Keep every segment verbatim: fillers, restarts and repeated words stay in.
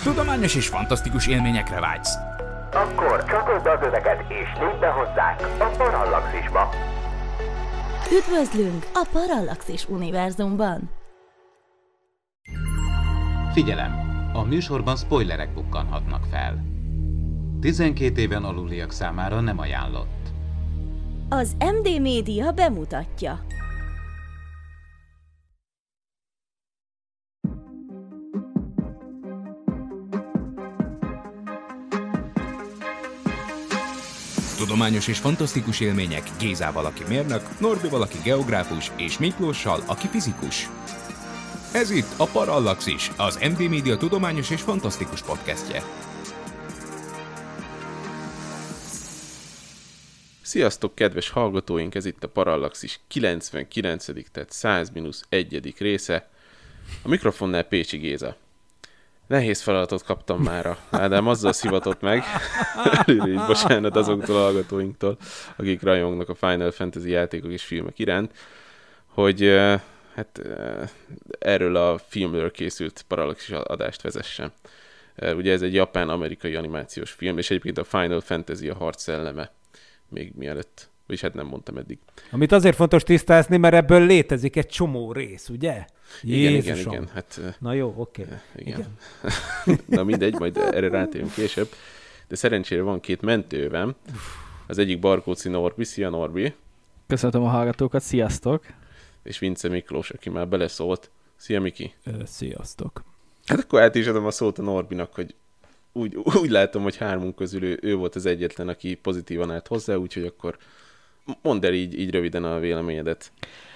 Tudományos és fantasztikus élményekre vágysz? Akkor csatold az öveket és lépj be hozzánk a Parallaxisba! Üdvözlünk a Parallaxis univerzumban! Figyelem! A műsorban spoilerek bukkanhatnak fel. tizenkét éven aluliak számára nem ajánlott. Az em dé Média bemutatja. Tudományos és fantasztikus élmények Gézával, aki mérnök, Norbival, aki geográfus, és Miklóssal, aki fizikus. Ez itt a Parallaxis, az em dé Média tudományos és fantasztikus podcastje. Sziasztok, kedves hallgatóink! Ez itt a Parallaxis kilencvenkilencedik tehát száz mínusz egyedik része. A mikrofonnál Pécsi Géza. Nehéz feladatot kaptam mára. Ádám azzal szivatott meg, így bocsánat azoktól a hallgatóinktól, akik rajongnak a Final Fantasy játékok és filmek iránt, hogy hát erről a filmről készült Parallaxis adást vezessen. Ugye ez egy japán-amerikai animációs film, és egyébként a Final Fantasy a harc szelleme. Még mielőtt, vagyis hát nem mondtam eddig. Amit azért fontos tisztázni, mert ebből létezik egy csomó rész, ugye? Igen, igen, igen. Hát, na jó, oké. Okay. Igen. igen. Na mindegy, majd erre rátérünk később. De szerencsére van két mentővem. Az egyik Barkóci Norbi. Szia, Norbi! Köszöntöm a hallgatókat, sziasztok! És Vince Miklós, aki már beleszólt. Szia, Miki! Ö, sziasztok! Hát akkor át is adom a szót a Norbinak, hogy úgy, úgy látom, hogy hármunk közül ő, ő volt az egyetlen, aki pozitívan állt hozzá, úgyhogy akkor mondd el így, így röviden a véleményedet.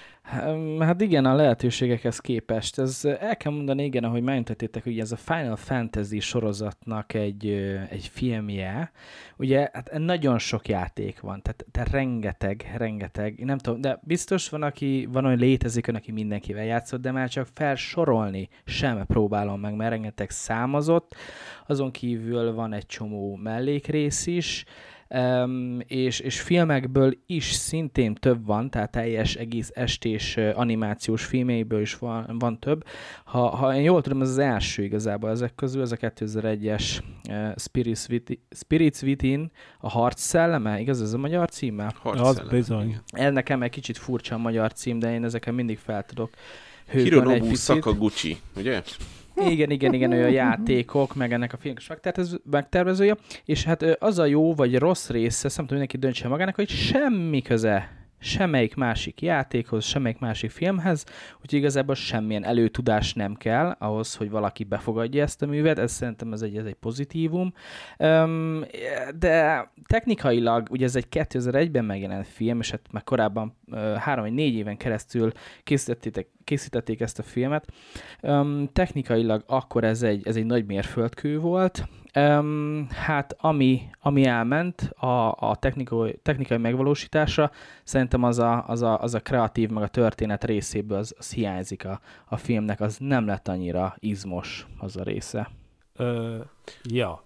Hát igen, a lehetőségekhez képest. Ez el kell mondani, igen, ahogy megmutattétek, hogy ez a Final Fantasy sorozatnak egy, egy filmje. Ugye, hát nagyon sok játék van, tehát, tehát rengeteg, rengeteg, nem tudom, de biztos van, aki, van, hogy létezik, ön, aki mindenkivel játszott, de már csak felsorolni sem próbálom meg, mert rengeteg számozott. Azon kívül van egy csomó mellékrész is, Um, és, és filmekből is szintén több van, tehát teljes egész estés animációs filmjeiből is van, van több. Ha, ha én jól tudom, ez az első igazából ezek közül, ez a kétezer-egyes uh, Spirits, Within, Spirits Within, a harc szelleme, igaz, ez a magyar címe? Harc az szelleme, bizony. Ez nekem egy kicsit furcsa a magyar cím, de én ezeken mindig fel tudok hőkön Hironobu Sakaguchi, ugye? Igen, igen, igen, ő a játékok, meg ennek a filmnek megtervezője, és hát az a jó vagy rossz része, nem tudom, mindenki döntse magának, hogy semmi köze semmelyik másik játékhoz, semmelyik másik filmhez, úgyhogy igazából semmilyen előtudás nem kell ahhoz, hogy valaki befogadja ezt a művet, ez szerintem ez egy, ez egy pozitívum. Um, de technikailag, ugye ez egy kétezer-egyben megjelent film, és hát már korábban uh, három vagy négy éven keresztül készítették, készítették ezt a filmet. Um, technikailag akkor ez egy, ez egy nagy mérföldkő volt. Um, hát ami, ami elment a, a technikai, technikai megvalósításra, szerintem az a, az, a, az a kreatív, meg a történet részéből az, az hiányzik a, a filmnek, az nem lett annyira izmos az a része. Ö, ja,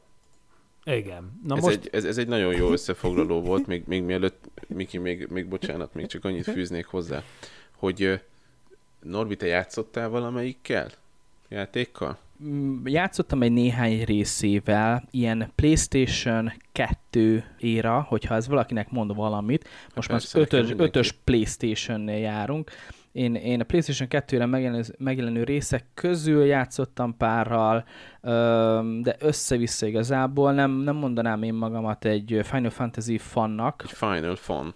igen. Na ez, most... egy, ez, ez egy nagyon jó összefoglaló volt, még, még mielőtt, Miki, még, még bocsánat, még csak annyit fűznék hozzá, hogy Norbi, te játszottál valamelyikkel? Játékkal? Játszottam egy néhány részével, ilyen PlayStation kettő éra, hogyha ez valakinek mond valamit. Most már az ötös, ötös PlayStation-nél járunk. Én, én a PlayStation kettőre megjelenő, megjelenő részek közül játszottam párral, de össze-vissza igazából nem, nem mondanám én magamat egy Final Fantasy fannak. Final Fan.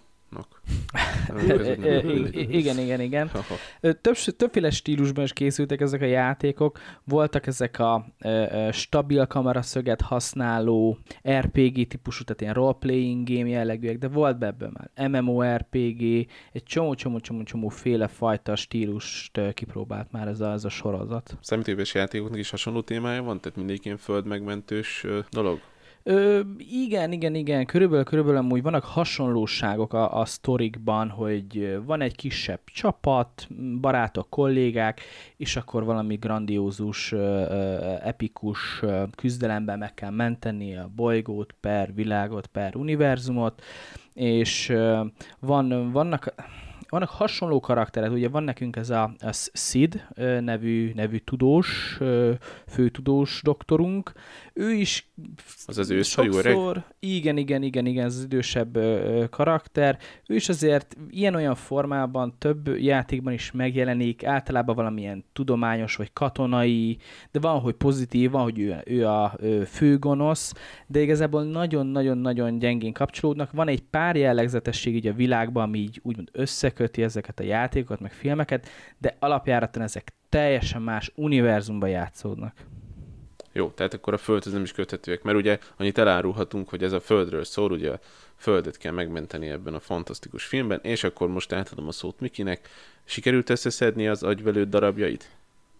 igen, igen, igen. Több, többféle stílusban is készültek ezek a játékok. Voltak ezek a e, stabil kameraszöget használó er pé gé típusú, tehát ilyen role-playing game jellegűek, de volt ebből már em em o er pé gé, egy csomó-csomó-csomó féle fajta stílust kipróbált már ez a, ez a sorozat. Számítógépes játékoknak is hasonló témája van? Tehát mindig ilyen földmegmentős dolog? Ö, igen, igen, igen. Körülbelül, körülbelül amúgy vannak hasonlóságok a, a sztorikban, hogy van egy kisebb csapat, barátok, kollégák, és akkor valami grandiózus, epikus küzdelemben meg kell menteni a bolygót, per világot, per univerzumot, és van, vannak... vannak hasonló karakterek, ugye van nekünk ez a, a Sid nevű, nevű tudós, főtudós doktorunk, ő is az az őshajú öreg? Igen, igen, igen, igen, ez az idősebb karakter, ő is azért ilyen-olyan formában több játékban is megjelenik, általában valamilyen tudományos vagy katonai, de van, hogy pozitív, van, hogy ő, ő a főgonosz, de igazából nagyon-nagyon-nagyon gyengén kapcsolódnak. Van egy pár jellegzetesség így a világban, ami így úgymond összeköti ezeket a játékokat, meg filmeket, de alapjáraton ezek teljesen más univerzumban játszódnak. Jó, tehát akkor a Földhöz nem is köthetőek, mert ugye annyit elárulhatunk, hogy ez a Földről szól, ugye a Földet kell megmenteni ebben a fantasztikus filmben, és akkor most átadom a szót Mikinek. Sikerült összeszedni az agyvelőd darabjait?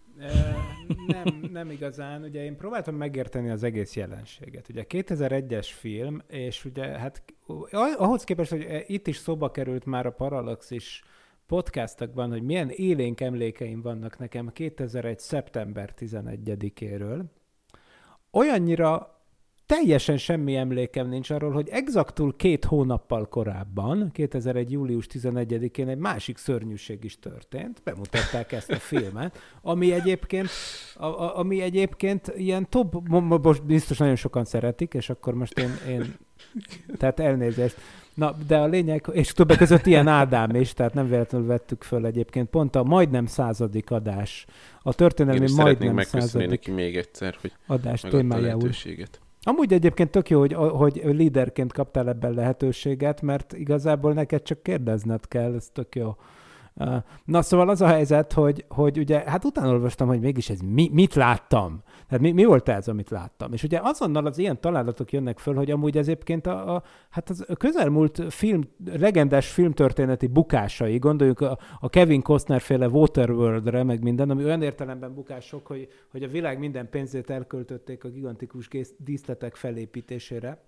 nem, nem igazán. Ugye én próbáltam megérteni az egész jelenséget. Ugye kétezer-egyes film, és ugye hát ahhoz képest, hogy itt is szóba került már a Parallaxis podcastokban, hogy milyen élénk emlékeim vannak nekem kétezer-egy. szeptember tizenegyedikéről, olyannyira teljesen semmi emlékem nincs arról, hogy exaktul két hónappal korábban, kétezer-egy. július tizenegyedikén egy másik szörnyűség is történt. Bemutatták ezt a filmet, ami egyébként, a, a, ami egyébként ilyen top, most biztos nagyon sokan szeretik, és akkor most én, én tehát elnézést. Na, de a lényeg, és többek között ilyen Ádám is, tehát nem véletlenül vettük föl egyébként, pont a majdnem századik adás, a történelmi majdnem szeretnénk megköszönni neki még egyszer, hogy adás témájául. lehetőséget. Amúgy egyébként tök jó, hogy, hogy líderként kaptál ebben lehetőséget, mert igazából neked csak kérdezned kell, ez tök jó. Na, szóval az a helyzet, hogy, hogy ugye, hát utána olvastam, hogy mégis ez mi, mit láttam. Tehát mi, mi volt ez, amit láttam? És ugye azonnal az ilyen találatok jönnek föl, hogy amúgy ez egyébként a, a, hát az a közelmúlt film, legendás filmtörténeti bukásai, gondoljunk a, a Kevin Costner féle Waterworld-re, meg minden, ami olyan értelemben bukások, hogy, hogy a világ minden pénzét elköltötték a gigantikus díszletek felépítésére,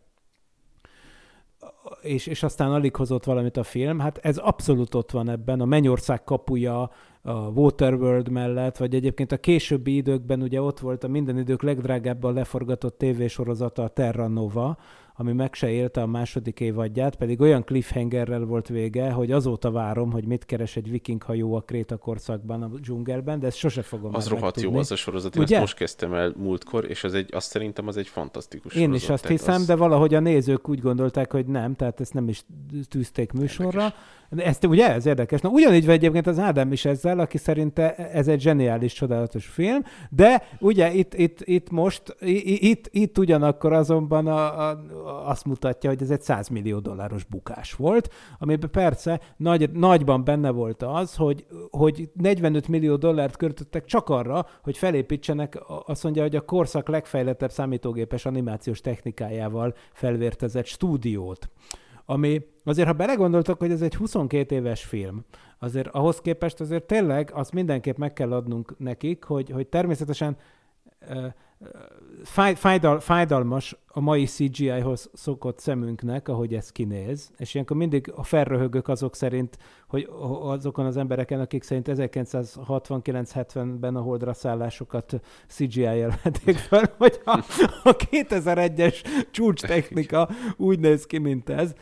és, és aztán alig hozott valamit a film. Hát ez abszolút ott van ebben, a Mennyország kapuja, a Waterworld mellett, vagy egyébként a későbbi időkben ugye ott volt a minden idők legdrágábban leforgatott tévésorozata, a Terra Nova, ami meg se élte a második évadját, pedig olyan cliffhangerrel volt vége, hogy azóta várom, hogy mit keres egy viking hajó a Kréta korszakban, a dzsungelben, de ezt sose fogom Az rohadt megtudni. jó az a sorozat, én ugye? ezt most kezdtem el múltkor, és az egy, azt szerintem az egy fantasztikus Én sorozat. is azt hiszem, az... de valahogy a nézők úgy gondolták, hogy nem, tehát ezt nem is tűzték műsorra. Érdekes. Ezt ugye, ez érdekes. Na, ugyanígy vagy egyébként az Ádám is ezzel, aki szerint ez egy zseniális, csodálatos film, de ugye itt, itt, itt most, itt, itt ugyanakkor azonban a, a, azt mutatja, hogy ez egy száz millió dolláros bukás volt, amiben persze nagy, nagyban benne volt az, hogy, hogy negyvenöt millió dollárt költöttek csak arra, hogy felépítsenek, azt mondja, hogy a korszak legfejlettebb számítógépes animációs technikájával felvértezett stúdiót. Ami azért, ha belegondoltak, hogy ez egy huszonkét éves film, azért ahhoz képest azért tényleg azt mindenképp meg kell adnunk nekik, hogy, hogy természetesen uh, fáj, fájdal, fájdalmas a mai cé gé í-hoz szokott szemünknek, ahogy ez kinéz, és ilyenkor mindig a felröhögök azok szerint, hogy azokon az embereken, akik szerint ezerkilencszázhatvankilenc-hetvenben a holdra szállásokat cé gé í-jel vették fel, hogy a, a kétezer-egyes csúcs technika úgy néz ki, mint ez,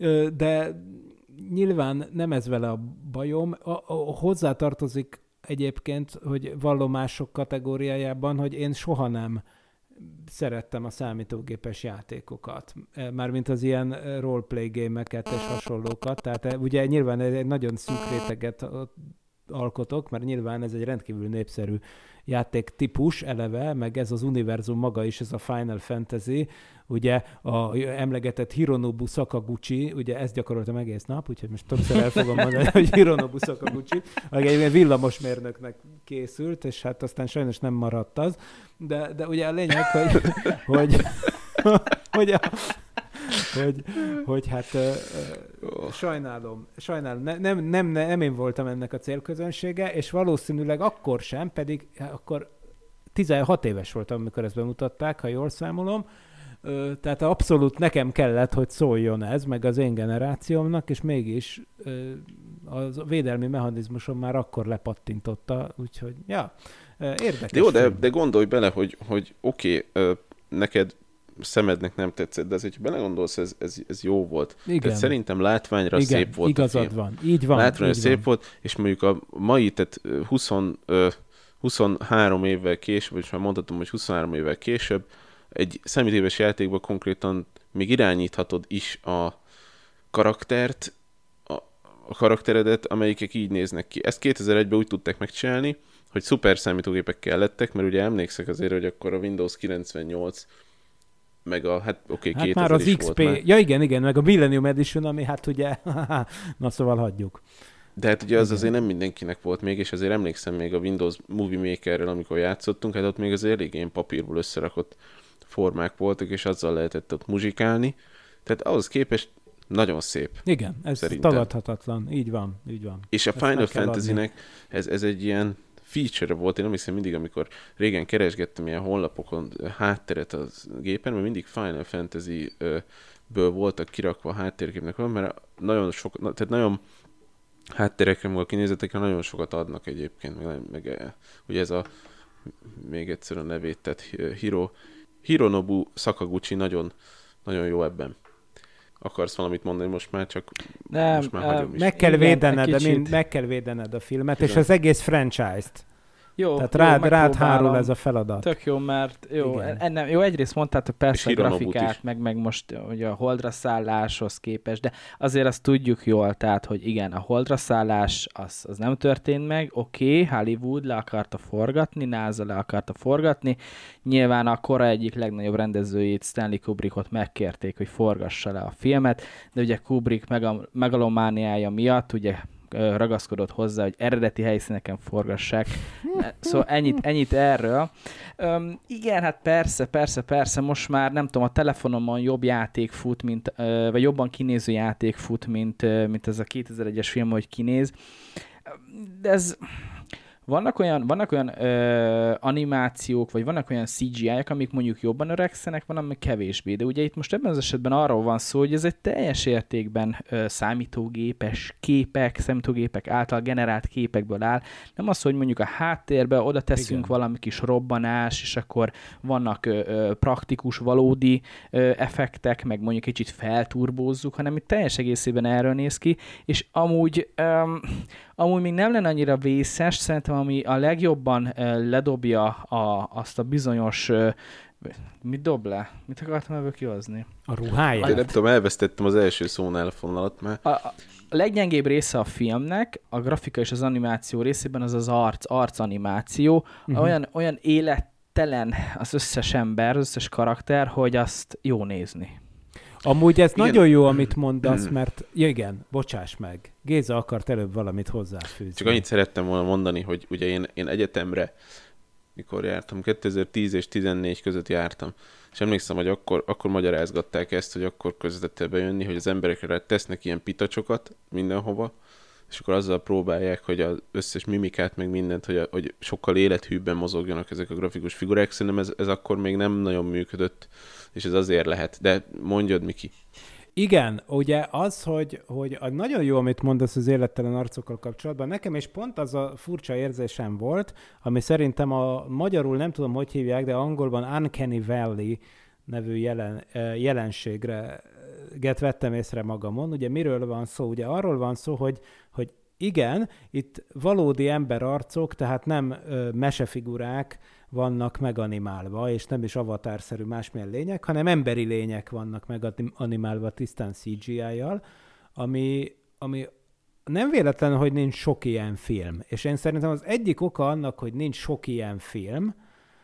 de nyilván nem ez vele a bajom. A, a, hozzátartozik egyébként, hogy vallomások kategóriájában, hogy én soha nem szerettem a számítógépes játékokat. Mármint az ilyen roleplay gémeket és hasonlókat. Tehát ugye nyilván egy nagyon szűk réteget alkotok, mert nyilván ez egy rendkívül népszerű játéktípus eleve, meg ez az univerzum maga is, ez a Final Fantasy, ugye a emlegetett Hironobu Sakaguchi, ugye ezt gyakoroltam egész nap, úgyhogy most többször el fogom mondani, hogy Hironobu Sakaguchi, aki egy villamosmérnöknek készült, és hát aztán sajnos nem maradt az, de, de ugye a lényeg, hogy, hogy, hogy a Hogy, hogy hát uh, sajnálom, sajnálom. Ne, nem, nem, nem én voltam ennek a célközönsége, és valószínűleg akkor sem, pedig akkor tizenhat éves voltam, amikor ezt bemutatták, ha jól számolom. Uh, tehát abszolút nekem kellett, hogy szóljon ez, meg az én generációmnak, és mégis uh, az védelmi mechanizmusom már akkor lepattintotta, úgyhogy, ja, uh, érdekes. Jó, de, de gondolj bele, hogy, hogy oké, okay, uh, neked szemednek nem tetszett, de azért, ha belegondolsz, ez, ez, ez jó volt. Igen. Tehát szerintem látványra Igen, szép volt igazad a film. van. Így van. Látványra így szép van. volt, és mondjuk a mai, tehát húsz, huszonhárom évvel később, vagy már mondhatom, hogy huszonhárom évvel később, egy számítéves játékban konkrétan még irányíthatod is a karaktert, a, a karakteredet, amelyikek így néznek ki. Ezt kétezer-egyben úgy tudták megcsinálni, hogy szuper számítógépekkel lettek, mert ugye emlékszek azért, hogy akkor a Windows kilencvennyolc, meg a, hát oké, okay, Hát már az iksz pé, már. Ja igen, igen, meg a Millennium Edition, ami hát ugye, na szóval hagyjuk. De hát ugye az igen. Azért nem mindenkinek volt még, és azért emlékszem még a Windows Movie Makerrel, amikor játszottunk, hát ott még azért elég ilyen papírból összerakott formák voltak, és azzal lehetett ott muzsikálni. Tehát ahhoz képest nagyon szép. Igen, ez szerintem tagadhatatlan. Így van, így van. És a Ezt Final Fantasy-nek ez, ez egy ilyen feature volt. Én nem hiszem mindig, amikor régen keresgettem ilyen honlapokon hátteret a gépen, mert mindig Final Fantasy-ből voltak kirakva a háttérképnek, mert nagyon sok, tehát nagyon háttérekre, meg a kinézetekre nagyon sokat adnak egyébként, meg, meg ugye ez a még egyszer a nevét, tehát Hiro, Hironobu Sakaguchi nagyon, nagyon jó ebben. Akarsz valamit mondani most már, csak nem, most már hagyom is. Meg kell, védened, de mind, meg kell védened a filmet, Film. és az egész franchise-t. Jó, Tehát jó, rád, rád hárul ez a feladat. Tök jó, mert jó, ennem, jó egyrészt mondtátok persze a grafikát, meg, meg most ugye a holdra szálláshoz képest, de azért azt tudjuk jól, tehát, hogy igen, a holdra szállás az, az nem történt meg, oké, okay, Hollywood le akarta forgatni, NASA le akarta forgatni, nyilván a kora egyik legnagyobb rendezőjét, Stanley Kubrickot megkérték, hogy forgassa le a filmet, de ugye Kubrick megal- megalomániája miatt, ugye ragaszkodott hozzá, hogy eredeti helyszíneken forgassák. Szóval ennyit, ennyit erről. Üm, igen, hát persze, persze, persze, most már nem tudom, a telefonomon jobb játék fut, mint, vagy jobban kinéző játék fut, mint, mint ez a kétezer-egyes film, hogy kinéz. De ez... Vannak olyan, vannak olyan ö, animációk, vagy vannak olyan cé gé í-ek, amik mondjuk jobban öregszenek, van, amik kevésbé. De ugye itt most ebben az esetben arról van szó, hogy ez egy teljes értékben ö, számítógépes képek, számítógépek által generált képekből áll. Nem az, hogy mondjuk a háttérbe oda teszünk Igen. valami kis robbanás, és akkor vannak ö, ö, praktikus, valódi ö, effektek, meg mondjuk kicsit felturbózzuk, hanem itt teljes egészében erről néz ki, és amúgy... Ö, Amúgy még nem lenne annyira vészes, szerintem ami a legjobban uh, ledobja a, azt a bizonyos... Uh, mit dob le? Mit akartam ebből kihozni? A ruháját? Én nem tudom, elvesztettem az első szónál a fonalat már. A, a leggyengébb része a filmnek, a grafika és az animáció részében az az arc, arcanimáció. Uh-huh. Olyan, olyan élettelen az összes ember, az összes karakter, hogy azt jó nézni. Amúgy ez igen. Nagyon jó, amit mondasz, mert ja igen, bocsáss meg. Géza akart előbb valamit hozzáfűzni. Csak annyit szerettem volna mondani, hogy ugye én, én egyetemre, mikor jártam, kétezer-tíz és tizennégy között jártam, és emlékszem, hogy akkor, akkor magyarázgatták ezt, hogy akkor közvetett bejönni, hogy az emberekre tesznek ilyen pitacsokat mindenhova, és akkor azzal próbálják, hogy az összes mimikát, meg mindent, hogy, a, hogy sokkal élethűbben mozogjanak ezek a grafikus figurák. Szerintem ez, ez akkor még nem nagyon működött, és ez azért lehet. De mondjad, Miki. Igen, ugye az, hogy, hogy nagyon jó, amit mondasz az élettelen arcokkal kapcsolatban. Nekem is pont az a furcsa érzésem volt, ami szerintem a magyarul nem tudom, hogy hívják, de angolban Uncanny Valley nevű jelen, jelenségre get vettem észre magamon. Ugye miről van szó? Ugye arról van szó, hogy, hogy igen, itt valódi emberarcok, tehát nem ö, mesefigurák vannak meganimálva, és nem is avatárszerű másmilyen lények, hanem emberi lények vannak meganimálva tisztán cé gé í-jal, ami, ami nem véletlen, hogy nincs sok ilyen film. És én szerintem az egyik oka annak, hogy nincs sok ilyen film,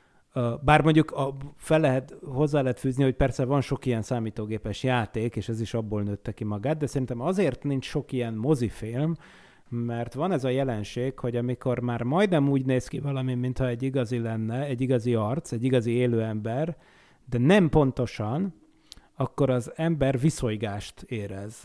bár mondjuk a, fel lehet, hozzá lehet fűzni, hogy persze van sok ilyen számítógépes játék, és ez is abból nőtte ki magát, de szerintem azért nincs sok ilyen mozifilm, mert van ez a jelenség, hogy amikor már majdnem úgy néz ki valami, mintha egy igazi lenne, egy igazi arc, egy igazi élő ember, de nem pontosan, akkor az ember viszonygást érez.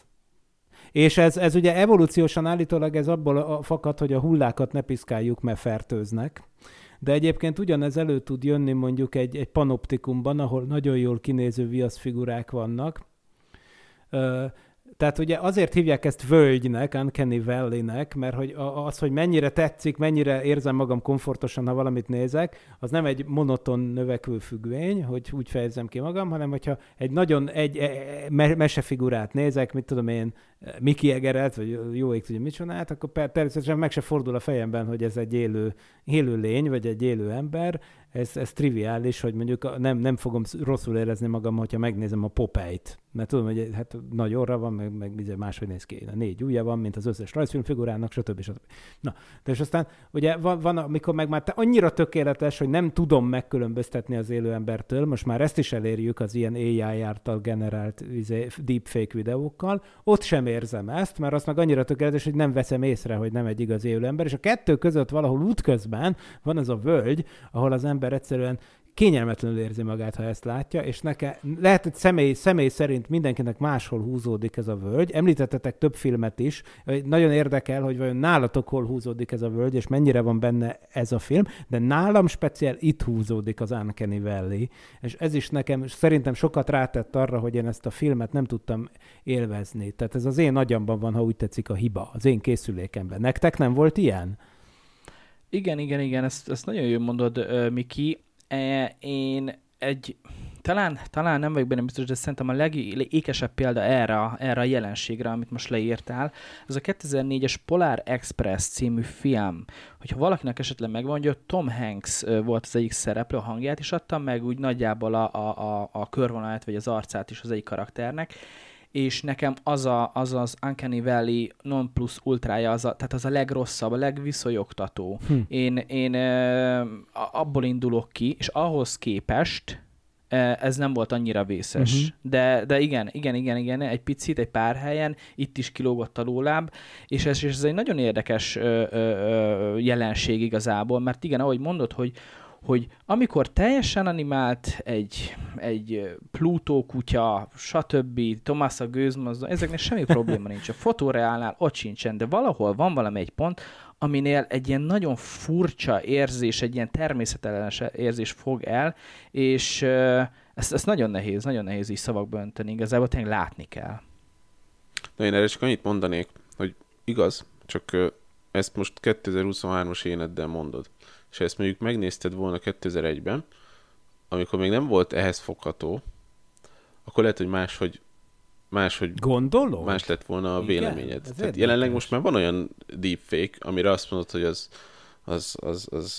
És ez, ez ugye evolúciósan állítólag ez abból fakad, hogy a hullákat ne piszkáljuk, mert fertőznek. De egyébként ugyanez elő tud jönni mondjuk egy, egy panoptikumban, ahol nagyon jól kinéző viaszfigurák vannak. Tehát ugye azért hívják ezt völgynek, Uncanny Valley-nek, mert hogy az, hogy mennyire tetszik, mennyire érzem magam komfortosan, ha valamit nézek, az nem egy monoton növekvő függvény, hogy úgy fejezem ki magam, hanem hogyha egy nagyon egy me- mesefigurát nézek, mit tudom én, Mickey Egerelt, vagy jó ég tudja mit csinált, akkor per- természetesen meg se fordul a fejemben, hogy ez egy élő, élő lény, vagy egy élő ember. Ez, ez triviális, hogy mondjuk nem, nem fogom rosszul érezni magam, hogyha megnézem a Popeye-t. Mert tudom, hogy hát nagy orra van, meg, meg máshogy néz ki. Négy ujja van, mint az összes rajzfilmfigurának, stb. stb. Na, de és aztán ugye van, van, amikor meg már annyira tökéletes, hogy nem tudom megkülönböztetni az élő embertől, most már ezt is elérjük az ilyen á i által generált deepfake videókkal, ott sem érzem ezt, mert az meg annyira tökéletes, hogy nem veszem észre, hogy nem egy igazi élő ember, és a kettő között valahol útközben van az a völgy, ahol az ember egyszerűen kényelmetlenül érzi magát, ha ezt látja, és neke, lehet, hogy személy, személy szerint mindenkinek máshol húzódik ez a völgy. Említettetek több filmet is. Nagyon érdekel, hogy vajon nálatok hol húzódik ez a völgy, és mennyire van benne ez a film, de nálam speciál itt húzódik az Uncanny Valley, és ez is nekem szerintem sokat rátett arra, hogy én ezt a filmet nem tudtam élvezni. Tehát ez az én agyamban van, ha úgy tetszik, a hiba, az én készülékemben. Nektek nem volt ilyen? Igen, igen, igen, ezt, ezt nagyon jól mondod, uh, Miki. Én egy, talán, talán nem vagyok benne biztos, de szerintem a legékesebb példa erre, erre a jelenségre, amit most leírtál, ez a kétezer-négyes Polar Express című film. Hogyha valakinek esetleg megvan, hogy Tom Hanks volt az egyik szereplő, a hangját is adta, meg úgy nagyjából a, a, a, a körvonalát, vagy az arcát is az egyik karakternek, és nekem az a, az, az Uncanny Valley non plus ultrája, az a, tehát az a legrosszabb, a legviszonyogtató. Hm. Én, én abból indulok ki, és ahhoz képest ez nem volt annyira vészes. Uh-huh. De, de igen, igen, igen, igen, egy picit, egy pár helyen itt is kilógott a lóláb, és ez, és ez egy nagyon érdekes ö, ö, jelenség igazából, mert igen, ahogy mondod, hogy hogy amikor teljesen animált egy, egy Plutó kutya, stb., Thomas a gőzmozdony, ezeknek semmi probléma nincs. A fotoreálnál ott sincsen, de valahol van valami egy pont, aminél egy ilyen nagyon furcsa érzés, egy ilyen természetellenes érzés fog el, és ezt, ezt nagyon nehéz, nagyon nehéz így szavakba önteni, igazából tényleg látni kell. Na én erre csak annyit mondanék, hogy igaz, csak ezt most kétezer-huszonhármas éneddel mondod. És ezt mondjuk megnézted volna kétezer-egyben, amikor még nem volt ehhez fogható, akkor lehet, hogy máshogy, máshogy Gondolod? más lett volna a igen, véleményed. Tehát jelenleg most már van olyan deepfake, amire azt mondod, hogy az, az, az, az,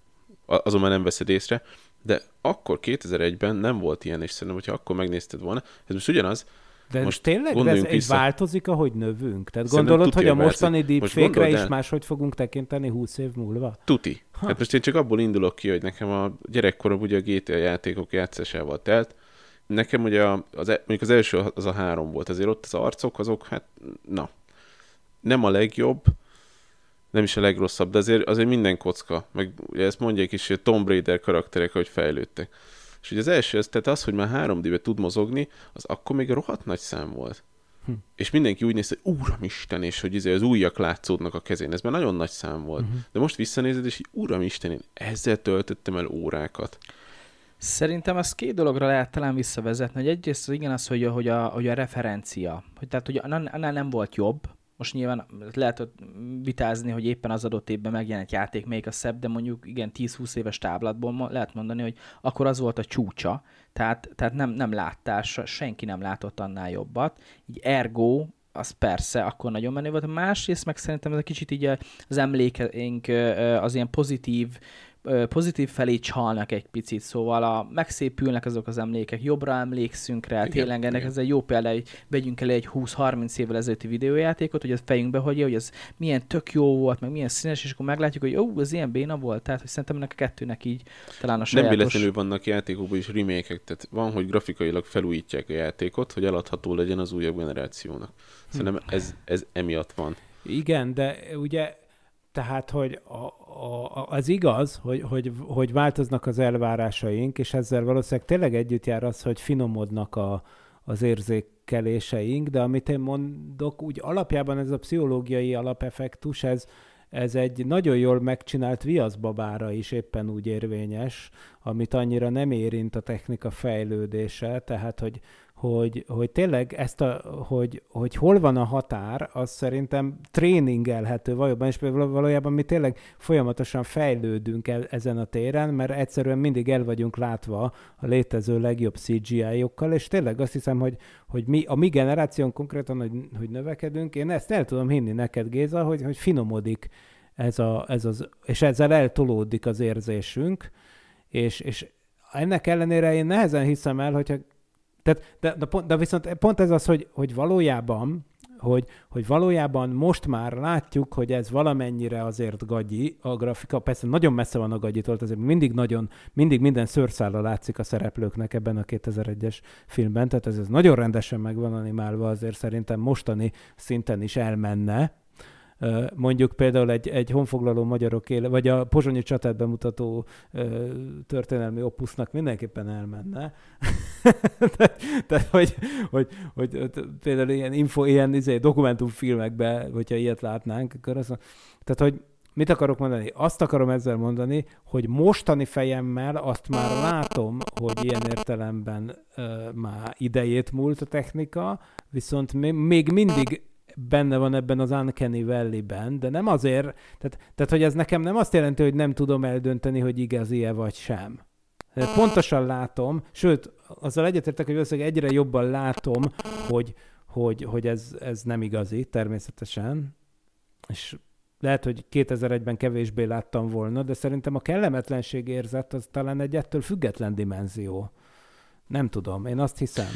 az azon már nem veszed észre, de akkor kétezer-egyben nem volt ilyen, és szerintem, hogyha akkor megnézted volna, ez most ugyanaz. De most tényleg de ez vissza. változik, ahogy növünk? Tehát szerintem gondolod, hogy a mostani deepfake-re is máshogy fogunk tekinteni húsz év múlva? Tuti. Ha. Hát most én csak abból indulok ki, hogy nekem a gyerekkorom ugye a gé té á játékok játszásával telt. Nekem ugye az, mondjuk az első az a három volt, azért ott az arcok, azok hát na, nem a legjobb, nem is a legrosszabb, de azért, azért minden kocka. Meg ugye ezt mondják is, hogy a Tomb Raider karakterek, hogy fejlődtek. És ugye az első, az, tehát az, hogy már három dé-be tud mozogni, az akkor még rohadt nagy szám volt. Hm. És mindenki úgy nézte, hogy Uramisten, és hogy izé az ujjak látszódnak a kezén. Ez már nagyon nagy szám volt. Uh-huh. De most visszanézed, és így Uramisten, én ezzel töltöttem el órákat. Szerintem ezt két dologra lehet talán visszavezetni, hogy egyrészt igen az, hogy a, hogy a, hogy a referencia. Hogy, tehát, hogy annál nem volt jobb. Most nyilván lehet vitázni, hogy éppen az adott évben megjelent játék, melyik a szebb, de mondjuk igen, tíz-húsz éves táblatból lehet mondani, hogy akkor az volt a csúcsa, tehát, tehát nem, nem láttál, senki nem látott annál jobbat. Így ergo, az persze, akkor nagyon menő volt. Másrészt meg szerintem ez egy kicsit így az emlékeink az ilyen pozitív, pozitív felé csalnak egy picit, szóval a, megszépülnek azok az emlékek, jobbra emlékszünk rá, igen, tényleg ennek igen. Ez egy jó példa, hogy vegyünk elő egy húsz-harminc évvel ezelőtti videójátékot, hogy a fejünkbe hagyja, hogy ez milyen tök jó volt, meg milyen színes, és akkor meglátjuk, hogy ó, ez ilyen béna volt, tehát hogy szerintem ennek a kettőnek így talán a sajátos... Nem véletlenül vannak játékokban is remake-ek, tehát van, hogy grafikailag felújítják a játékot, hogy eladható legyen az újabb generációnak. Szerintem ez, ez emiatt van. Igen, de ugye tehát, hogy a, a, az igaz, hogy, hogy, hogy változnak az elvárásaink, és ezzel valószínűleg tényleg együtt jár az, hogy finomodnak a, az érzékeléseink, de amit én mondok, úgy alapjában ez a pszichológiai alapeffektus, ez, ez egy nagyon jól megcsinált viaszbabára is éppen úgy érvényes, amit annyira nem érint a technika fejlődése, tehát, hogy, hogy, hogy tényleg ezt a, hogy, hogy hol van a határ, az szerintem tréningelhető valójában, és valójában mi tényleg folyamatosan fejlődünk el ezen a téren, mert egyszerűen mindig el vagyunk látva a létező legjobb cé gé í-okkal, és tényleg azt hiszem, hogy, hogy mi, a mi generáción konkrétan, hogy, hogy növekedünk, én ezt el tudom hinni neked, Géza, hogy, hogy finomodik ez, a, ez az, és ezzel eltolódik az érzésünk, és, és ennek ellenére én nehezen hiszem el, hogyha Tehát, de, de, pont, de viszont pont ez az, hogy, hogy valójában, hogy, hogy valójában most már látjuk, hogy ez valamennyire azért gagyi, a grafika, persze nagyon messze van a gagyitól, azért mindig nagyon, mindig minden szőrszála látszik a szereplőknek ebben a kétezer-egyes filmben, tehát ez, ez nagyon rendesen meg van animálva, azért szerintem mostani szinten is elmenne. Mondjuk például egy, egy honfoglaló magyarok éle, vagy a pozsonyi csatát bemutató ö, történelmi opusznak mindenképpen elmenne. Tehát, te, hogy, hogy, hogy például ilyen, info, ilyen izé, dokumentumfilmekben, hogyha ilyet látnánk, akkor azt tehát, hogy mit akarok mondani? Azt akarom ezzel mondani, hogy mostani fejemmel azt már látom, hogy ilyen értelemben ö, már idejét múlt a technika, viszont még mindig benne van ebben az Uncanny Valley-ben, de nem azért, tehát, tehát hogy ez nekem nem azt jelenti, hogy nem tudom eldönteni, hogy igazi-e vagy sem. Pontosan látom, sőt, azzal egyetértek, hogy valószínűleg egyre jobban látom, hogy, hogy, hogy ez, ez nem igazi, természetesen, és lehet, hogy kétezer-egyben kevésbé láttam volna, de szerintem a kellemetlenség érzet az talán egy ettől független dimenzió. Nem tudom, én azt hiszem.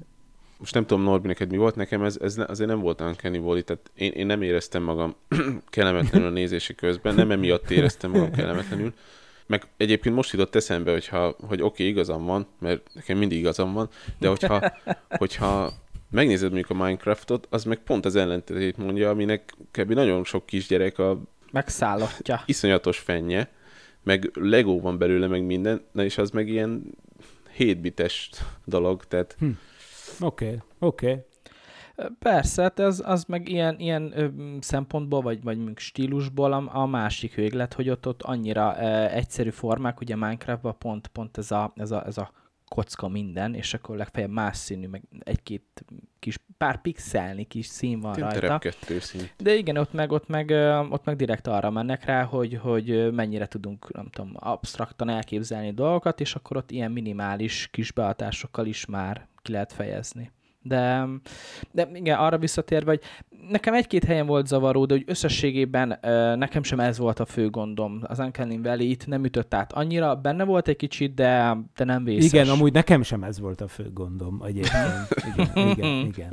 Most nem tudom, Norbi, neked mi volt, nekem ez, ez azért nem volt Uncanny Valley, tehát én, én nem éreztem magam kellemetlenül a nézési közben, nem emiatt éreztem magam kellemetlenül, meg egyébként most jutott eszembe, hogyha, hogy oké, okay, igazam van, mert nekem mindig igazam van, de hogyha, hogyha megnézed mondjuk a Minecraftot, az meg pont az ellentétét mondja, aminek kb. Nagyon sok kisgyerek a megszállottja. Iszonyatos fennye, meg Lego van belőle, meg minden, na és az meg ilyen hét bites dolog, tehát hm. Oké, okay, oké. Okay. Persze, hát az, az meg ilyen, ilyen ö, szempontból, vagy, vagy mondjuk stílusból a, a másik véglet, hogy ott, ott annyira ö, egyszerű formák, ugye Minecraftban pont, pont ez, a, ez, a, ez a kocka minden, és akkor legfeljebb más színű, meg egy-két kis, pár pixelni kis szín van Tint rajta. Szín. De igen, ott meg, ott, meg, ott meg direkt arra mennek rá, hogy, hogy mennyire tudunk, nem tudom, absztraktan elképzelni dolgokat, és akkor ott ilyen minimális kis behatásokkal is már ki lehet fejezni. De, de igen, arra visszatérve, hogy nekem egy-két helyen volt zavaró, de hogy összességében nekem sem ez volt a fő gondom. Az Uncanny Valley itt nem ütött át annyira, benne volt egy kicsit, de, de nem vészes. Igen, amúgy nekem sem ez volt a fő gondom egyébként. Igen, igen, igen. igen.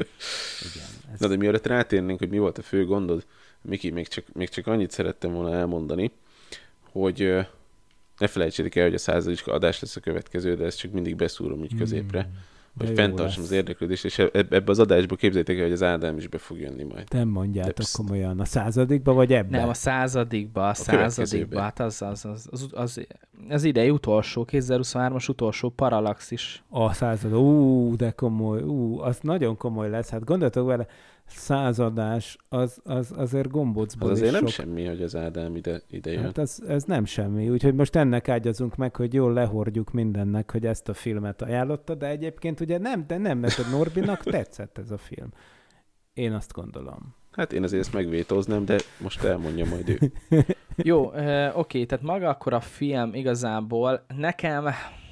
Ez... Na de mielőtt rátérnénk, hogy mi volt a fő gondod, Miki, még csak, még csak annyit szerettem volna elmondani, hogy ne felejtsétek el, hogy a századik adás lesz a következő, de ezt csak mindig beszúrom így középre. Mm. Hogy fenntartsam az érdeklődést, és ebbe az adásba képzeljétek el, hogy az Ádám is be fog jönni majd. Nem mondjátok de komolyan. A századikba, vagy ebben? Nem, a századikba, a, a századikba. Hát az, az, az, az, az, az idei utolsó, kétezer-huszonhármas utolsó Parallaxis. A század, ú, de komoly, ú, az nagyon komoly lesz. Hát gondoltok vele, századás, az, az azért gombócból az azért nem sok. semmi, hogy az Ádám ide, ide jön. Hát az, ez nem semmi, úgyhogy most ennek ágyazunk meg, hogy jól lehordjuk mindennek, hogy ezt a filmet ajánlotta, de egyébként ugye nem, de nem, mert a Norbinak tetszett ez a film. Én azt gondolom. Hát én azért ezt megvétóznám, de most elmondja majd ő. Jó, eh, oké, tehát maga akkor a film igazából nekem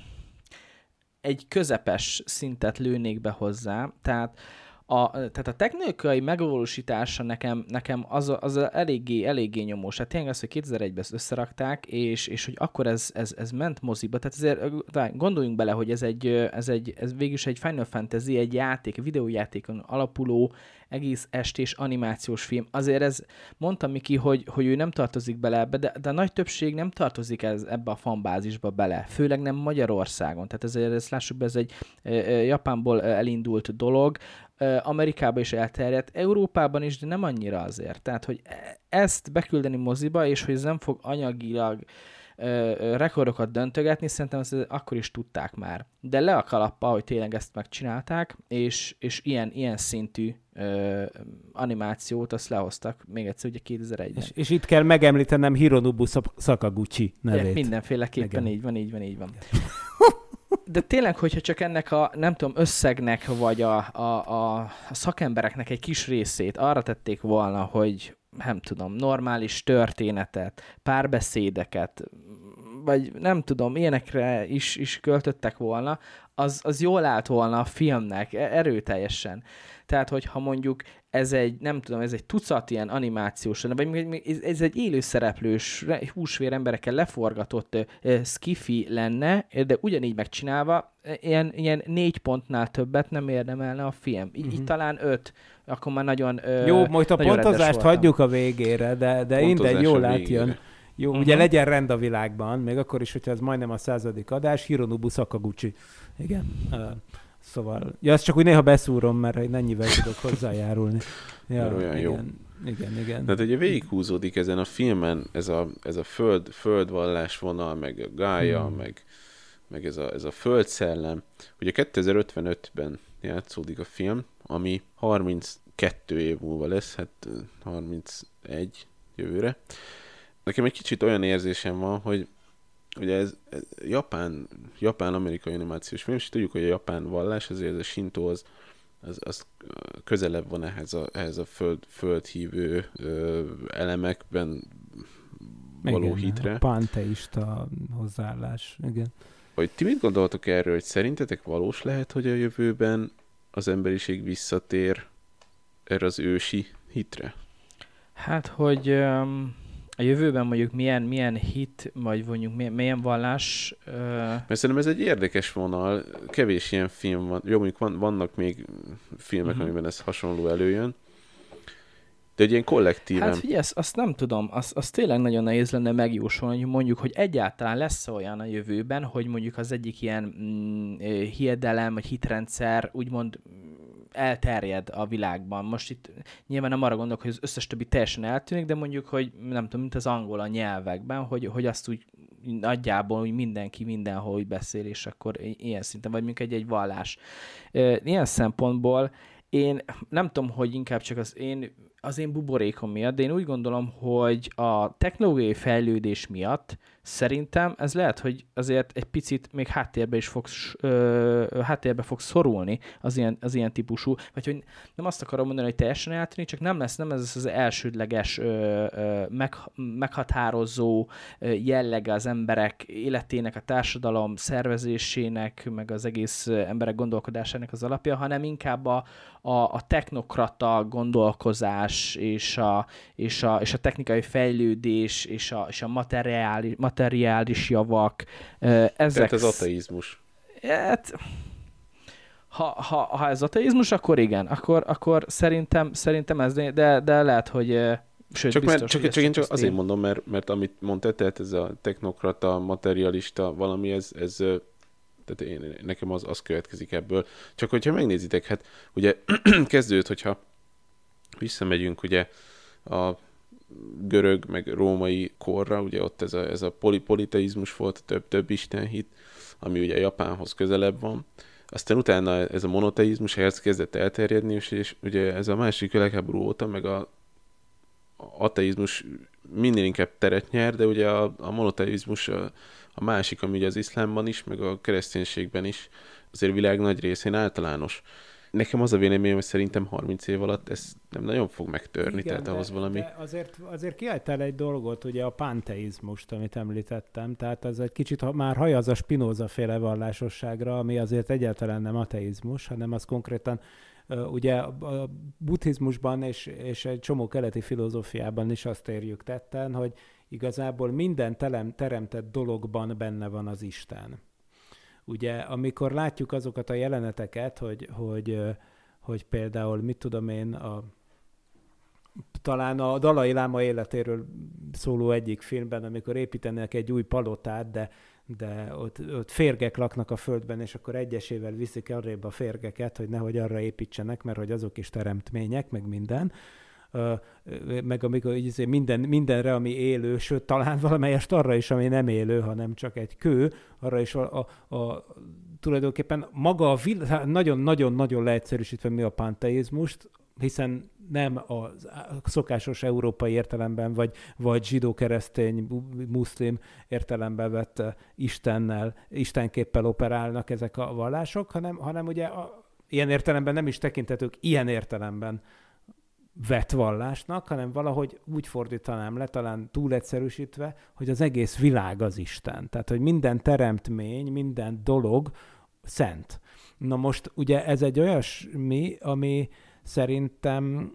egy közepes szintet lőnék be hozzá, tehát A, tehát a technikai megvalósítása nekem, nekem az, az eléggé, eléggé nyomós. Hát tényleg az, hogy kétezer-egyben ezt összerakták, és, és hogy akkor ez, ez, ez ment moziba. Tehát ezért gondoljunk bele, hogy ez, egy, ez, egy, ez végülis egy Final Fantasy, egy játék, egy videójátékon alapuló, egész estés animációs film. Azért ez, mondtam Miki, hogy, hogy ő nem tartozik bele ebbe, de, de a nagy többség nem tartozik ez, ebbe a fanbázisba bele. Főleg nem Magyarországon. Tehát ezért ezt lássuk be, ez egy e, e, Japánból elindult dolog, Amerikában is elterjedt, Európában is, de nem annyira azért. Tehát, hogy ezt beküldeni moziba, és hogy ez nem fog anyagilag ö, rekordokat döntögetni, szerintem ezt akkor is tudták már. De le a kalappal, hogy tényleg ezt megcsinálták, és, és ilyen, ilyen szintű ö, animációt azt lehoztak még egyszer ugye kétezer-egyben. És, és itt kell megemlítenem Hironobu Sakaguchi nevét. Ja, mindenféleképpen igen. így van, így van, így van. de tényleg, hogyha csak ennek a, nem tudom, összegnek, vagy a, a, a szakembereknek egy kis részét arra tették volna, hogy nem tudom, normális történetet, párbeszédeket, vagy nem tudom, ilyenekre is, is költöttek volna, az, az jól állt volna a filmnek, erőteljesen. Tehát, hogyha mondjuk ez egy, nem tudom, ez egy tucat ilyen animációs, vagy ez egy élőszereplős, húsvér emberekkel leforgatott uh, skifi lenne, de ugyanígy megcsinálva, ilyen, ilyen négy pontnál többet nem érdemelne a film. Így, uh-huh. így talán öt, akkor már nagyon uh, jó, majd a pontozást hagyjuk a végére, de, de mindegy, jól átjön. Jó, uh-huh. ugye legyen rend a világban, még akkor is, hogyha ez majdnem a századik adás, Hironobu Sakaguchi. Igen. Uh, Szóval, ja, ezt csak úgy néha beszúrom, mert hogy mennyivel tudok hozzájárulni. Ja, olyan igen, jó. Igen, igen. Tehát ugye végighúzódik ezen a filmen ez a, ez a föld, földvallás vonal, meg a Gaia, hmm. meg, meg ez a, ez a földszellem. Ugye kétezer-ötvenötben játszódik a film, ami harminckettő év múlva lesz, hát harmincegy jövőre. Nekem egy kicsit olyan érzésem van, hogy ugye ez, ez japán, japán-amerikai animációs film, és tudjuk, hogy a japán vallás, azért ez a Shinto az, az, az közelebb van ehhez a, ehhez a föld, földhívő ö, elemekben való igen, hitre. A panteista hozzáállás, igen. Hogy ti mit gondoltok erről, hogy szerintetek valós lehet, hogy a jövőben az emberiség visszatér erre az ősi hitre? Hát, hogy... Um... a jövőben mondjuk milyen, milyen hit, vagy mondjuk milyen, milyen vallás... Uh... Mert szerintem ez egy érdekes vonal, kevés ilyen film van. Jó, mondjuk van, vannak még filmek, uh-huh. amiben ez hasonló előjön, de egy ilyen kollektíven... Hát figyelj, azt nem tudom, azt, azt tényleg nagyon nehéz lenne megjósolni, hogy mondjuk, hogy egyáltalán lesz olyan a jövőben, hogy mondjuk az egyik ilyen mm, hiedelem, vagy hitrendszer úgymond elterjed a világban. Most itt nyilván nem arra gondolok, hogy az összes többi teljesen eltűnik, de mondjuk, hogy nem tudom, mint az angol a nyelvekben, hogy, hogy azt úgy nagyjából úgy mindenki mindenhol úgy beszél, és akkor ilyen szinten, vagy mondjuk egy-egy vallás. Ilyen szempontból én nem tudom, hogy inkább csak az én, az én buborékom miatt, de én úgy gondolom, hogy a technológiai fejlődés miatt szerintem ez lehet, hogy azért egy picit még háttérbe is fog, ö, háttérbe fog szorulni az ilyen, az ilyen típusú, vagy hogy nem azt akarom mondani, hogy teljesen eltűnik, csak nem lesz, nem ez az elsődleges ö, ö, meg, meghatározó jellege az emberek életének, a társadalom szervezésének, meg az egész emberek gondolkodásának az alapja, hanem inkább a, a, a technokrata gondolkozás és a, és a, és a technikai fejlődés és a, és a materiális, materiális javak. Ezek... Tehát az ateizmus. Hát, ha, ha, ha ez ateizmus, akkor igen. Akkor, akkor szerintem, szerintem ez, de, de lehet, hogy sőt, csak, biztos, mert, csak, hogy csak én csak azért én... mondom, mert, mert amit mondtál, tehát ez a technokrata, materialista valami, ez, ez tehát én, nekem az, az következik ebből. Csak hogyha megnézitek, hát ugye kezdődött, hogyha visszamegyünk ugye a görög, meg római korra, ugye ott ez a, ez a poli, politeizmus volt, több, több istenhit, ami ugye Japánhoz közelebb van. Aztán utána ez a monoteizmus ehhez kezdett elterjedni, és, és ugye ez a második világháború óta, meg a, a ateizmus minél inkább teret nyer, de ugye a, a monoteizmus a, a másik, ami ugye az iszlámban is, meg a kereszténységben is, azért világ nagy részén általános. Nekem az a véleményem, hogy szerintem harminc év alatt ez nem nagyon fog megtörni, igen, tehát de, ahhoz valami... De azért, azért kiálltál egy dolgot, ugye a panteizmust, amit említettem, tehát ez egy kicsit már hajaz a Spinoza féle vallásosságra, ami azért egyáltalán nem ateizmus, hanem az konkrétan uh, ugye a buddhizmusban és, és egy csomó keleti filozófiában is azt érjük tetten, hogy igazából minden telem, teremtett dologban benne van az Isten. Ugye, amikor látjuk azokat a jeleneteket, hogy, hogy, hogy például, mit tudom én, a, talán a Dalai Láma életéről szóló egyik filmben, amikor építenek egy új palotát, de, de ott, ott férgek laknak a földben, és akkor egyesével viszik arrébb a férgeket, hogy nehogy arra építsenek, mert hogy azok is teremtmények, meg minden. Uh, meg amikor minden, mindenre, ami élő, sőt, talán valamelyest arra is, ami nem élő, hanem csak egy kő, arra is a, a, a, tulajdonképpen maga a vil- nagyon-nagyon-nagyon leegyszerűsítve mi a panteizmust, hiszen nem a szokásos európai értelemben, vagy, vagy zsidó-keresztény, muszlim értelemben vett Istennel, istenképpel operálnak ezek a vallások, hanem, hanem ugye a, ilyen értelemben nem is tekintetők ilyen értelemben vett vallásnak, hanem valahogy úgy fordítanám le, talán túl egyszerűsítve, hogy az egész világ az Isten. Tehát, hogy minden teremtmény, minden dolog szent. Na most ugye ez egy olyasmi, ami szerintem,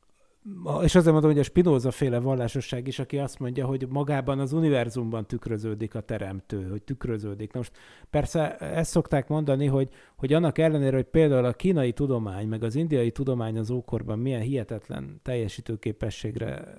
és azért mondom, hogy a Spinoza-féle vallásosság is, aki azt mondja, hogy magában az univerzumban tükröződik a teremtő, hogy tükröződik. Na most persze ezt szokták mondani, hogy, hogy annak ellenére, hogy például a kínai tudomány, meg az indiai tudomány az ókorban milyen hihetetlen teljesítőképességre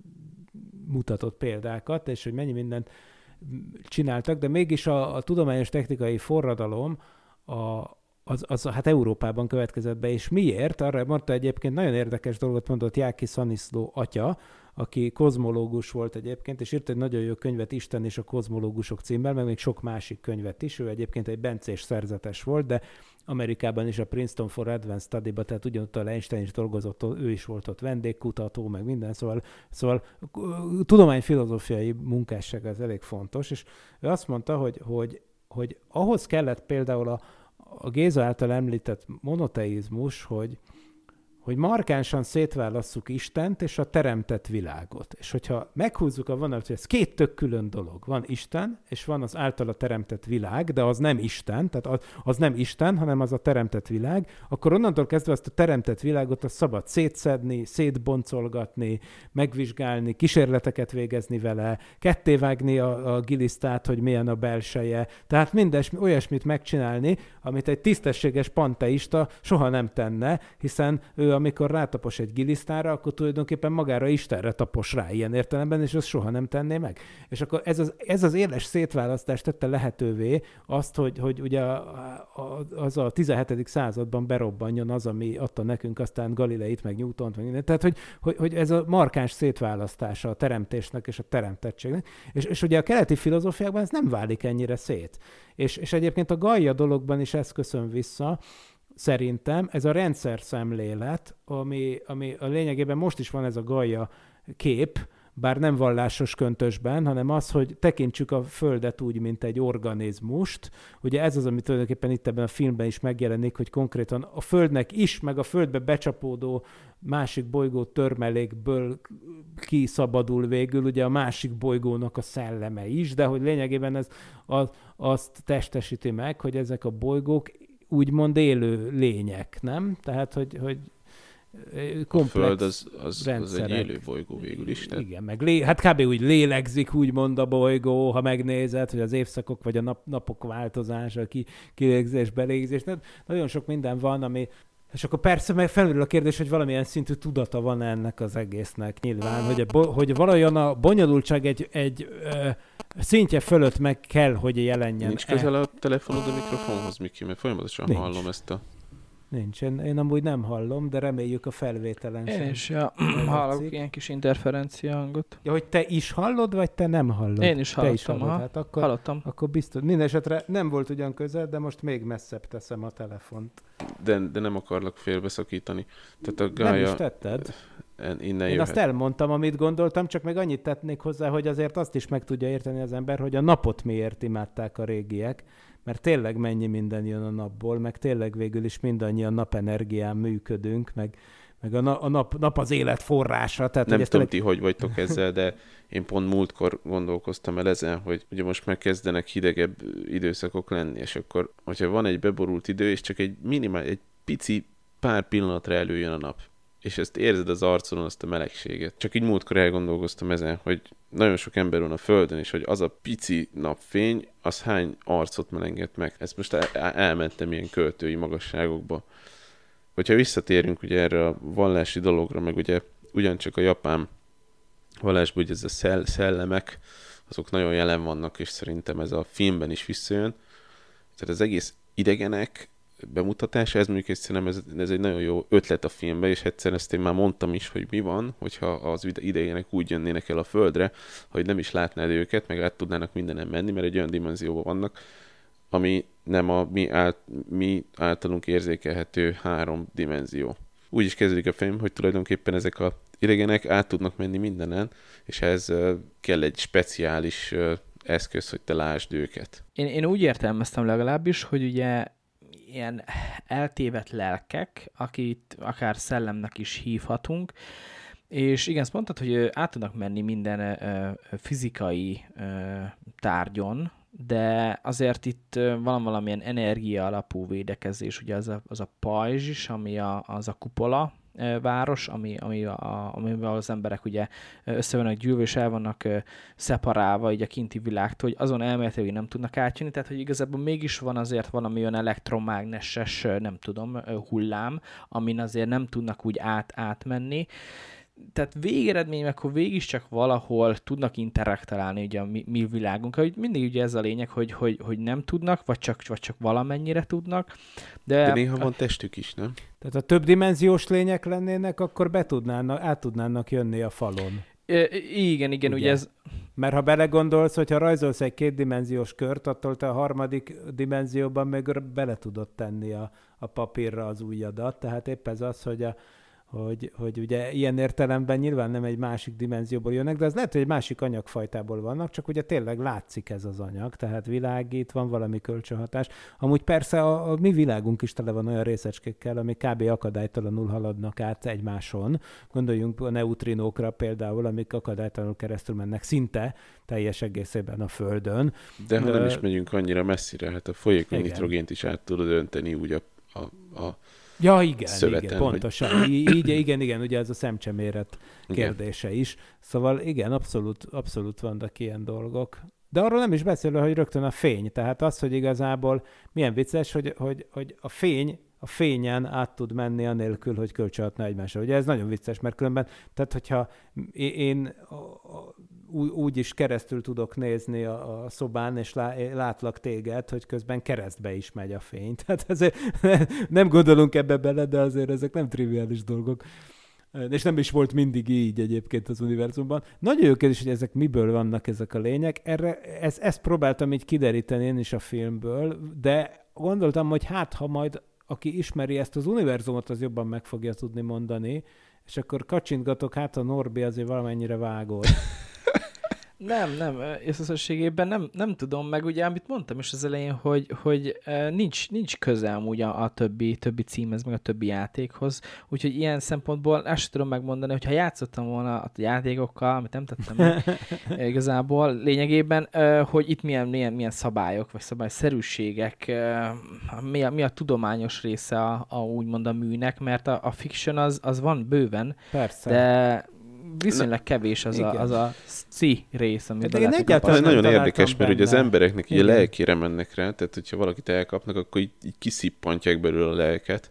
mutatott példákat, és hogy mennyi mindent csináltak, de mégis a, a tudományos technikai forradalom a Az, az hát Európában következett be, és miért? Arra mondta egyébként, nagyon érdekes dolgot mondott Jáki Szaniszló atya, aki kozmológus volt egyébként, és írt egy nagyon jó könyvet, Isten és a kozmológusok címmel, meg még sok másik könyvet is. Ő egyébként egy bencés szerzetes volt, de Amerikában is a Princeton for Advanced Study-ba, tehát ugyanott a Einstein is dolgozott, ő is volt ott vendégkutató, meg minden, szóval, szóval tudományfilozófiai munkásság az elég fontos, és ő azt mondta, hogy, hogy, hogy ahhoz kellett például a a Géza által említett monoteizmus, hogy, hogy markánsan szétválasszuk Istent és a teremtett világot. És hogyha meghúzzuk a vonalat, hogy ez két tök külön dolog. Van Isten, és van az általa teremtett világ, de az nem Isten, tehát az, az nem Isten, hanem az a teremtett világ, akkor onnantól kezdve azt a teremtett világot az szabad szétszedni, szétboncolgatni, megvizsgálni, kísérleteket végezni vele, kettévágni a, a gilisztát, hogy milyen a belseje. Tehát mindes, olyasmit megcsinálni, amit egy tisztességes panteista soha nem tenne, hiszen ő amikor rátapos egy gilisztára, akkor tulajdonképpen magára Istenre tapos rá ilyen értelemben, és azt soha nem tenné meg. És akkor ez az, ez az éles szétválasztás tette lehetővé azt, hogy, hogy ugye az a tizenhetedik században berobbanjon az, ami adta nekünk aztán Galileit, meg Newtont, meg minden. Tehát, hogy, hogy, hogy ez a markáns szétválasztása a teremtésnek és a teremtettségnek. És, és ugye a keleti filozófiákban ez nem válik ennyire szét. És, és egyébként a Gaia dologban is ez köszön vissza, szerintem ez a rendszer szemlélet, ami, ami a lényegében most is van ez a Gaia kép, bár nem vallásos köntösben, hanem az, hogy tekintsük a Földet úgy, mint egy organizmust. Ugye ez az, ami tulajdonképpen itt ebben a filmben is megjelenik, hogy konkrétan a Földnek is, meg a Földbe becsapódó másik bolygó törmelékből kiszabadul végül, ugye a másik bolygónak a szelleme is, de hogy lényegében ez az, azt testesíti meg, hogy ezek a bolygók úgymond élő lények, nem? Tehát, hogy, hogy komplex a Föld az, az, az egy élő bolygó végül is. Tehát... Igen, meg lé, hát kb. Úgy lélegzik, úgymond a bolygó, ha megnézed, hogy az évszakok vagy a nap, napok változása, ki, kilégzés, belégzés. Nagyon sok minden van, ami... És akkor persze meg felmerül a kérdés, hogy valamilyen szintű tudata van ennek az egésznek nyilván, hogy, a, hogy valójában a bonyolultság egy, egy ö, szintje fölött meg kell, hogy jelenjen. Nincs közel a telefonod a mikrofonhoz, Miki, mert folyamatosan Nincs. hallom ezt a... Nincs, én, én amúgy nem hallom, de reméljük a felvételen én sem. Én is, ja, hallok ilyen kis interferencia hangot. Ja, hogy te is hallod, vagy te nem hallod? Én is hallottam, te is hallod, hát akkor, hallottam. Akkor biztos. Mindenesetre nem volt ugyan közel, de most még messzebb teszem a telefont. De, de nem akarlak félbeszakítani. Tehát a Gaia... Nem is tetted. Innen Én jöhet. azt elmondtam, amit gondoltam, csak meg annyit tetnék hozzá, hogy azért azt is meg tudja érteni az ember, hogy a napot miért imádták a régiek, mert tényleg mennyi minden jön a napból, meg tényleg végül is mindannyian napenergián működünk, meg, meg a, na, a nap, nap az élet forrása. Tehát, nem hogy tudom, tényleg... ti hogy vagytok ezzel, de én pont múltkor gondolkoztam el ezen, hogy ugye most már kezdenek hidegebb időszakok lenni, és akkor, hogyha van egy beborult idő, és csak egy minimál, egy pici pár pillanatra előjön a nap, és ezt érzed az arcon, azt a melegséget. Csak így múltkor elgondolkoztam ezen, hogy nagyon sok ember van a Földön, és hogy az a pici napfény, az hány arcot melenget meg. Ezt most el- elmentem ilyen költői magasságokba. Hogyha visszatérünk ugye erre a vallási dologra, meg ugye ugyancsak a japán vallásban, ugye ez a szell- szellemek, azok nagyon jelen vannak, és szerintem ez a filmben is visszajön. Tehát az egész idegenek bemutatása, ez mondjuk szerintem ez, ez egy nagyon jó ötlet a filmben, és egyszer ezt én már mondtam is, hogy mi van, hogyha az idegenek úgy jönnének el a Földre, hogy nem is látnád őket, meg át tudnának mindenen menni, mert egy olyan dimenzióban vannak, ami nem a mi, ált, mi általunk érzékelhető három dimenzió. úgy is kezdődik a film, hogy tulajdonképpen ezek a idegenek át tudnak menni mindenen, és ehhez kell egy speciális eszköz, hogy te lásd őket. Én, én úgy értelmeztem legalábbis, hogy ugye ilyen eltévedt lelkek, akit akár szellemnek is hívhatunk, és igen, azt mondtad, hogy át tudnak menni minden ö, fizikai ö, tárgyon, de azért itt van valamilyen energia alapú védekezés, ugye az a, az a pajzs is, ami a, az a kupola város, ami, ami a, amivel az emberek ugye össze vannak gyűlve, és el vannak szeparálva így a kinti világtól, hogy azon elméletileg nem tudnak átjönni, tehát hogy igazából mégis van azért valami olyan elektromágneses, nem tudom, hullám, amin azért nem tudnak úgy át, átmenni. Tehát végeredményben akkor végig csak valahol tudnak interaktálni ugye a mi, mi világunk, hogy mindig ugye ez a lényeg, hogy, hogy, hogy nem tudnak, vagy csak, vagy csak valamennyire tudnak. De, de néha van testük is, nem? Tehát ha többdimenziós lények lennének, akkor be tudnának, át tudnának jönni a falon. E, igen, igen, ugye, ugye ez... Mert ha belegondolsz, hogyha rajzolsz egy kétdimenziós kört, attól te a harmadik dimenzióban még bele tudod tenni a, a papírra az ujjadat, tehát épp ez az, hogy a Hogy, hogy ugye ilyen értelemben nyilván nem egy másik dimenzióból jönnek, de az lehet, hogy egy másik anyagfajtából vannak, csak ugye tényleg látszik ez az anyag, tehát világít, van valami kölcsönhatás. Amúgy persze a, a mi világunk is tele van olyan részecskékkel, ami kb. Akadálytalanul haladnak át egymáson. Gondoljunk a neutrinókra például, amik akadálytalanul keresztül mennek szinte teljes egészében a Földön. De ha nem is megyünk annyira messzire, hát a folyékony nitrogént is át tudod önteni úgy a, a, a Ja, igen, szöveten, igen, pontosan. Hogy... Így, igen, igen, ugye ez a szemcseméret kérdése is. Szóval igen, abszolút, abszolút vannak ilyen dolgok. De arról nem is beszélve, hogy rögtön a fény. Tehát az, hogy igazából milyen vicces, hogy, hogy, hogy a fény, a fényen át tud menni anélkül, hogy kölcsönhatna egymásra. Ugye ez nagyon vicces, mert különben, tehát hogyha én úgy is keresztül tudok nézni a, a szobán, és lá, látlak téged, hogy közben keresztbe is megy a fény. Tehát ezért nem gondolunk ebbe bele, de azért ezek nem triviális dolgok. És nem is volt mindig így egyébként az univerzumban. Nagyon jó kérdés, hogy ezek miből vannak ezek a lények. Erre, ez, ezt próbáltam így kideríteni én is a filmből, de gondoltam, hogy hát, ha majd aki ismeri ezt az univerzumot, az jobban meg fogja tudni mondani, és akkor kacsintgatok, hát a Norbi azért valamennyire vágott. Nem, nem, összességében nem, nem tudom, meg ugye, amit mondtam is az elején, hogy, hogy nincs, nincs köze amúgy a, a többi, többi címhez, meg a többi játékhoz, úgyhogy ilyen szempontból azt sem tudom megmondani, hogyha játszottam volna a játékokkal, amit nem tettem meg igazából lényegében, hogy itt milyen, milyen, milyen szabályok, vagy szabályszerűségek, mi a, mi a tudományos része a, a úgymond a műnek, mert a, a fiction az, az van bőven, persze, de viszonylag kevés az a, az a sci rész, amiben lehet kapni. Nagyon érdekes, mert ugye az embereknek így a Igen. lelkére mennek rá, tehát hogyha valakit elkapnak, akkor így, így kiszippantják belőle a lelket,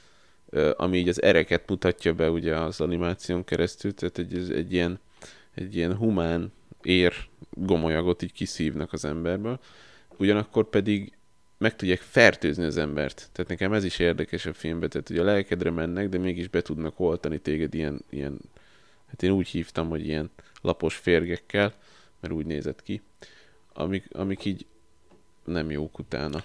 ami így az ereket mutatja be ugye az animáción keresztül, tehát egy, egy, ilyen, egy ilyen humán ér gomolyagot így kiszívnak az emberből, ugyanakkor pedig meg tudják fertőzni az embert. Tehát nekem ez is érdekes a filmben, tehát hogy a lelkedre mennek, de mégis be tudnak oltani téged ilyen, ilyen hát én úgy hívtam, hogy ilyen lapos férgekkel, mert úgy nézett ki, amik, amik így nem jók utána.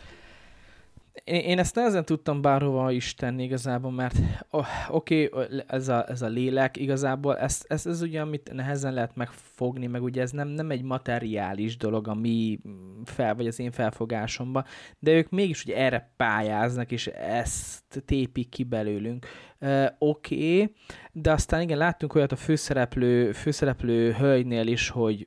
Én, én ezt nehezen tudtam bárhova is tenni igazából, mert oh, oké, okay, ez, a, ez a lélek igazából, ez, ez, ez ugye, amit nehezen lehet megfogni, meg ugye ez nem, nem egy materiális dolog a mi fel, vagy az én felfogásomban, de ők mégis ugye erre pályáznak, és ezt tépik ki belőlünk. Uh, oké, okay, de aztán igen, láttunk olyat a főszereplő, főszereplő hölgynél is, hogy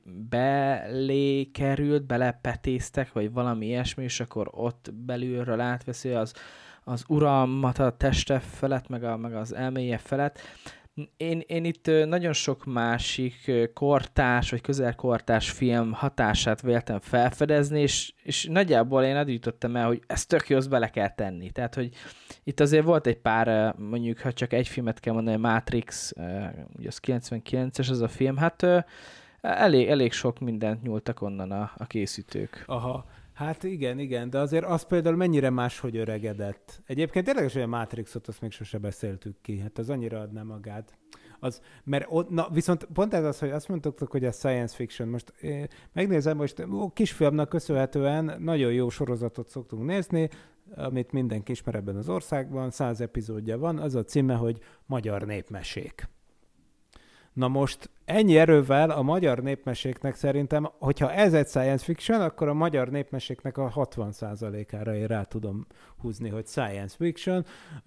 belé került, belepetéztek, vagy valami ilyesmi, és akkor ott belülről átveszi az, az uralmat a teste felett, meg, a, meg az elméje felett. Én, én itt nagyon sok másik kortárs, vagy közelkortárs film hatását véltem felfedezni, és, és nagyjából én addig jutottam el, hogy ezt tök jó, azt bele kell tenni. Tehát, hogy itt azért volt egy pár, mondjuk, ha csak egy filmet kell mondani, Matrix, ugye az kilencvenkilences az a film, hát elég, elég sok mindent nyúltak onnan a, a készítők. Aha. Hát igen, igen, de azért az például mennyire máshogy öregedett. Egyébként tényleg, hogy a Matrixot azt még sose beszéltük ki, hát az annyira adná magát. Az, mert ott, na, viszont pont ez az, hogy azt mondtok, hogy a science fiction. Most eh, megnézem, most ó, kisfilmnak köszönhetően nagyon jó sorozatot szoktunk nézni, amit mindenki ismer ebben az országban, száz epizódja van, az a címe, hogy Magyar népmesék. Na most ennyi erővel a magyar népmeséknek szerintem, hogyha ez egy science fiction, akkor a magyar népmeséknek a hatvan százalékára én rá tudom húzni, hogy science fiction,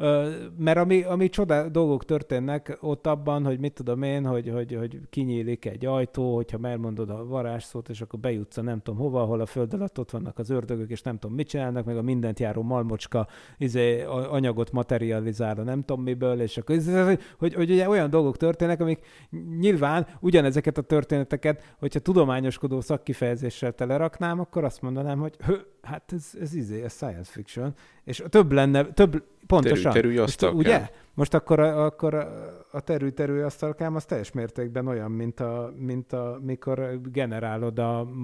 mert ami, ami csoda dolgok történnek ott abban, hogy mit tudom én, hogy, hogy, hogy kinyílik egy ajtó, hogyha elmondod a varázsszót, és akkor bejutsz a nem tudom hova, ahol a föld alatt ott vannak az ördögök, és nem tudom mit csinálnak, meg a mindent járó malmocska izé, anyagot materializál a nem tudom miből, és akkor hogy, hogy, hogy ugye olyan dolgok történnek, amik nyilván ugyanezeket a történeteket, hogyha tudományoskodó szakkifejezéssel teleraknám, akkor azt mondanám, hogy hö, hát ez, ez izé, ez science fiction. És több lenne, több, pontosan. Terű-terű asztalkám. Ugye? Most akkor a, akkor a terű-terű asztalkám az teljes mértékben olyan, mint, a, mint a, mikor generálod a, a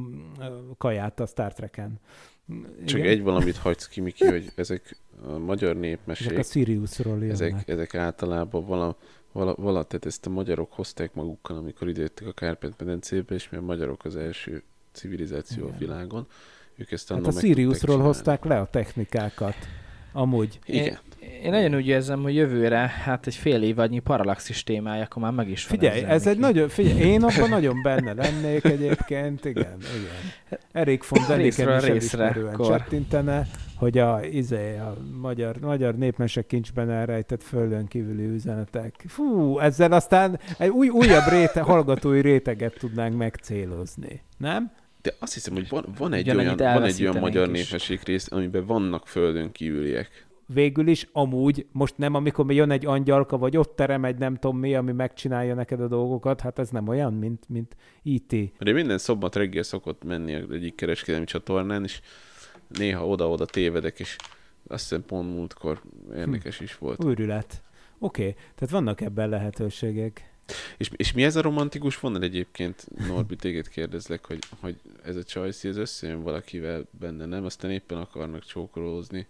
kaját a Star Trek-en. Csak igen? egy valamit hagysz ki, Miki, hogy ezek a magyar népmesék, ezek a Siriusról jönnek. ezek, ezek általában vala, vala, vala, tehát ezt a magyarok hozták magukkal, amikor idejöttek a Kárpát-medencébe, és mi a magyarok az első civilizáció igen. a világon. Ők ezt hát a Siriusról hozták le a technikákat. Amúgy. Igen. Én, én nagyon úgy érzem, hogy jövőre hát egy fél évadnyi Parallaxis témája, akkor már meg is van. Figyelj, ez egy nagyon, figyelj, én abban nagyon benne lennék egyébként, igen, igen. Erik von Däniken is elismerően csettintene, hogy a, izé, a magyar, magyar népmesek kincsben elrejtett földön kívüli üzenetek. Fú, ezzel aztán egy új, újabb réte, hallgatói réteget tudnánk megcélozni, nem? De azt hiszem, hogy van, van egy olyan, van egy olyan magyar népmesek rész, amiben vannak földön kívüliek. Végül is amúgy, most nem amikor jön egy angyalka, vagy ott terem egy nem tudom mi, ami megcsinálja neked a dolgokat, hát ez nem olyan, mint, mint í té. De minden szombat reggel szokott menni egyik kereskedelmi csatornán, és néha oda-oda tévedek, és azt hiszem pont múltkor érdekes hm. is volt. Őrület. Oké, okay. Tehát vannak ebben lehetőségek. És, és mi ez a romantikus vonal egyébként? Norbi, téged kérdezlek, hogy, hogy ez a csajszi, ez összejön valakivel benne, nem? Aztán éppen akarnak csókolózni.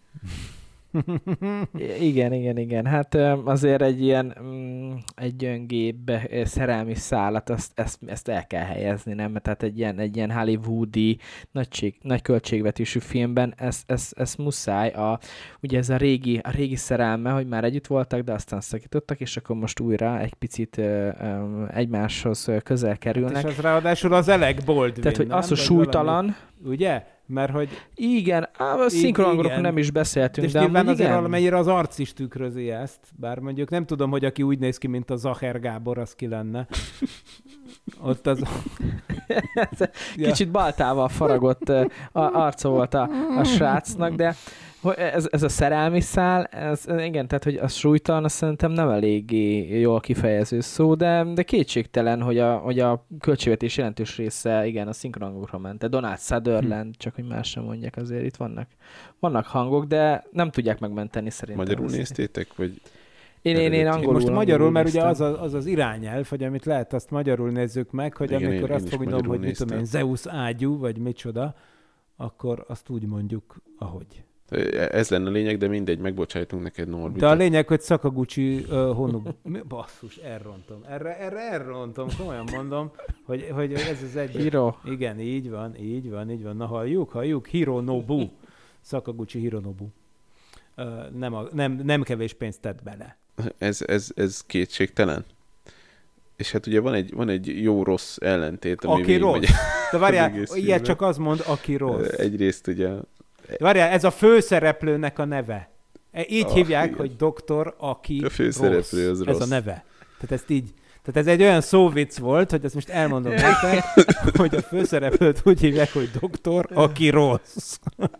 Igen, igen, igen. Hát azért egy ilyen mm, egy gyöngébb szerelmi szálat, azt, ezt, ezt el kell helyezni, nem? Tehát egy ilyen, egy ilyen hollywoodi, nagy, nagy költségvetésű filmben ez, ez, ez muszáj. A, ugye ez a régi, a régi szerelme, hogy már együtt voltak, de aztán szakítottak, és akkor most újra egy picit ö, ö, egymáshoz közel kerülnek. Hát és az ráadásul az Alec Baldwin, tehát, hogy nem? az, hogy súlytalan. Valami, ugye? Mert hogy... Igen, a szinkronangolókon nem is beszéltünk, de, de nyilván azért igen. valamennyire az arc is tükrözi ezt, bár mondjuk nem tudom, hogy aki úgy néz ki, mint a Zacher Gábor, az ki lenne. Ott az... Kicsit baltával faragott arca volt a, a srácnak, de ez, ez a szerelmi szál, ez, igen, tehát hogy az súlytalan, azt szerintem nem eléggé jól kifejező szó, de, de kétségtelen, hogy a, hogy a költségvetés jelentős része, igen, a szinkronangokra ment. Donald Sutherland, hm. csak hogy más sem mondják, azért itt vannak, vannak hangok, de nem tudják megmenteni szerintem. Magyarul néztétek, vagy... Én, én, én angolul. Most magyarul, mert ugye az, a, az az irányelv, hogy amit lehet, azt magyarul nézzük meg, hogy igen, amikor én, azt fogom, hogy mit tudom én, Zeus ágyú, vagy micsoda, akkor azt úgy mondjuk, ahogy. Ez lenne a lényeg, de mindegy, megbocsájtunk neked, Norbi. De a lényeg, hogy Sakaguchi uh, Honnobu... Basszus, elrontom. Erre, erre elrontom, komolyan mondom, hogy, hogy ez az egy... Hiro. Igen, így van, így van, így van. Na halljuk, halljuk. Hironobu. Sakaguchi Hironobu. Uh, nem, a, nem, nem kevés pénzt tett bele. Ez, ez, ez kétségtelen. És hát ugye van egy, van egy jó-rossz ellentét, ami aki rossz. Megy, de várjál, ilyet csak az mond, aki rossz. Egyrészt ugye... De várjál, ez a főszereplőnek a neve. Így oh, hívják, igen. hogy doktor, aki a főszereplő rossz. Az rossz. Ez a neve. Tehát ezt így... Tehát ez egy olyan szóvic volt, hogy ezt most elmondom nektek, hogy a főszereplőt úgy hívják, hogy doktor, aki rossz.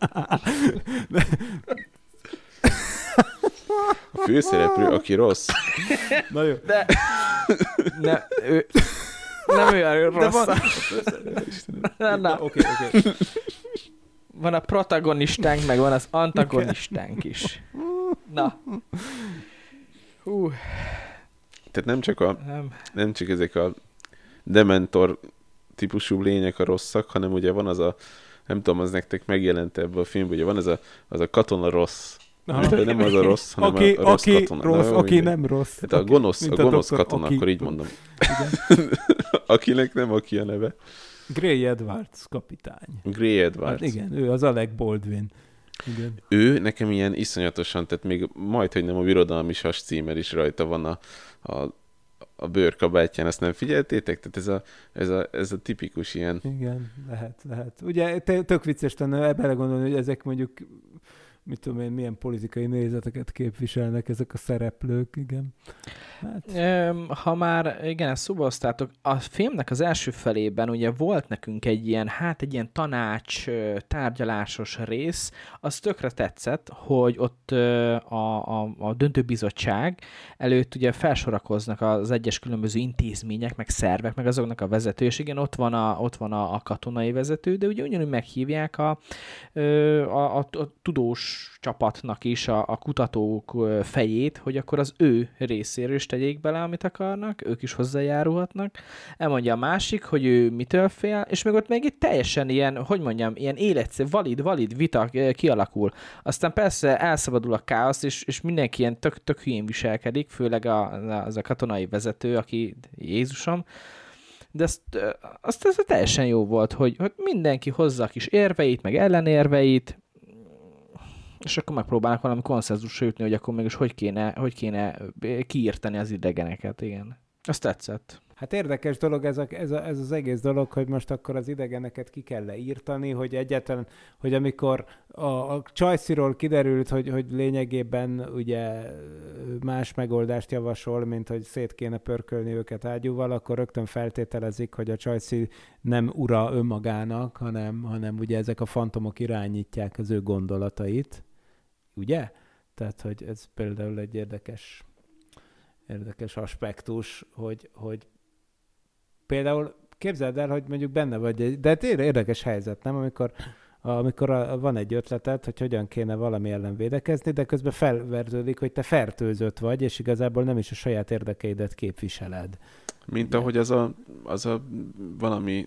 A főszereplő, aki rossz. Na jó. De... Ne, ő... Nem olyan rossz. Na, na. Oké, oké. Van a protagonistánk, meg van az antagonistánk is. Na. Hú. Tehát nem csak, a, nem. nem csak ezek a dementor típusú lények a rosszak, hanem ugye van az a, nem tudom, az nektek megjelent ebben a filmben, ugye van az a, az a katona rossz. Tehát nem az a rossz, hanem aki, a rossz aki katona. Rossz, Na, aki nem rossz. Tehát a gonosz, a gonosz a katona, aki... akkor így mondom. Akinek nem aki a neve. Gray Edwards kapitány. Gray Edwards. Hát igen, ő az Alec Baldwin. Igen. Ő nekem ilyen iszonyatosan, tehát még majd, hogy nem a Birodalmi Sas címer is rajta van a, a, a bőrkabátján, azt nem figyeltétek? Tehát ez a, ez a, ez a tipikus ilyen... Igen, lehet, lehet. Ugye tök vicces lenne belegondolni, hogy ezek mondjuk, mit tudom én, milyen politikai nézeteket képviselnek ezek a szereplők, igen. Hát... Ha már, igen, ezt szóba hoztátok, a filmnek az első felében ugye volt nekünk egy ilyen, hát egy ilyen tanács, tárgyalásos rész, az tökre tetszett, hogy ott a, a, a döntőbizottság előtt ugye felsorakoznak az egyes különböző intézmények, meg szervek, meg azoknak a vezető, és igen, ott van a, ott van a, a katonai vezető, de ugye ugyanúgy meghívják a, a, a, a tudós csapatnak is a, a kutatók fejét, hogy akkor az ő részéről is tegyék bele, amit akarnak, ők is hozzájárulhatnak. Elmondja a másik, hogy ő mitől fél, és még ott még egy teljesen ilyen, hogy mondjam, ilyen életszerű, valid, valid vita kialakul. Aztán persze elszabadul a káosz, és, és mindenki ilyen tök, tök hülyén viselkedik, főleg a, az a katonai vezető, aki Jézusom. De azt, azt, azt teljesen jó volt, hogy, hogy mindenki hozza a kis érveit, meg ellenérveit, és akkor megpróbálnak valami konszenzusra jutni, hogy akkor mégis hogy kéne, hogy kéne kiírtani az idegeneket, igen. Azt tetszett. Hát érdekes dolog ez, a, ez, a, ez az egész dolog, hogy most akkor az idegeneket ki kell leírtani, hogy egyáltalán, hogy amikor a, a Csajciról kiderült, hogy, hogy lényegében ugye más megoldást javasol, mint hogy szét kéne pörkölni őket ágyúval, akkor rögtön feltételezik, hogy a Csajci nem ura önmagának, hanem, hanem ugye ezek a fantomok irányítják az ő gondolatait. Ugye? Tehát, hogy ez például egy érdekes, érdekes aspektus, hogy, hogy például képzeld el, hogy mondjuk benne vagy, de tényleg érdekes helyzet, nem? Amikor, amikor a, van egy ötleted, hogy hogyan kéne valami ellen védekezni, de közben felverződik, hogy te fertőzött vagy, és igazából nem is a saját érdekeidet képviseled. Mint ahogy az a, az a valami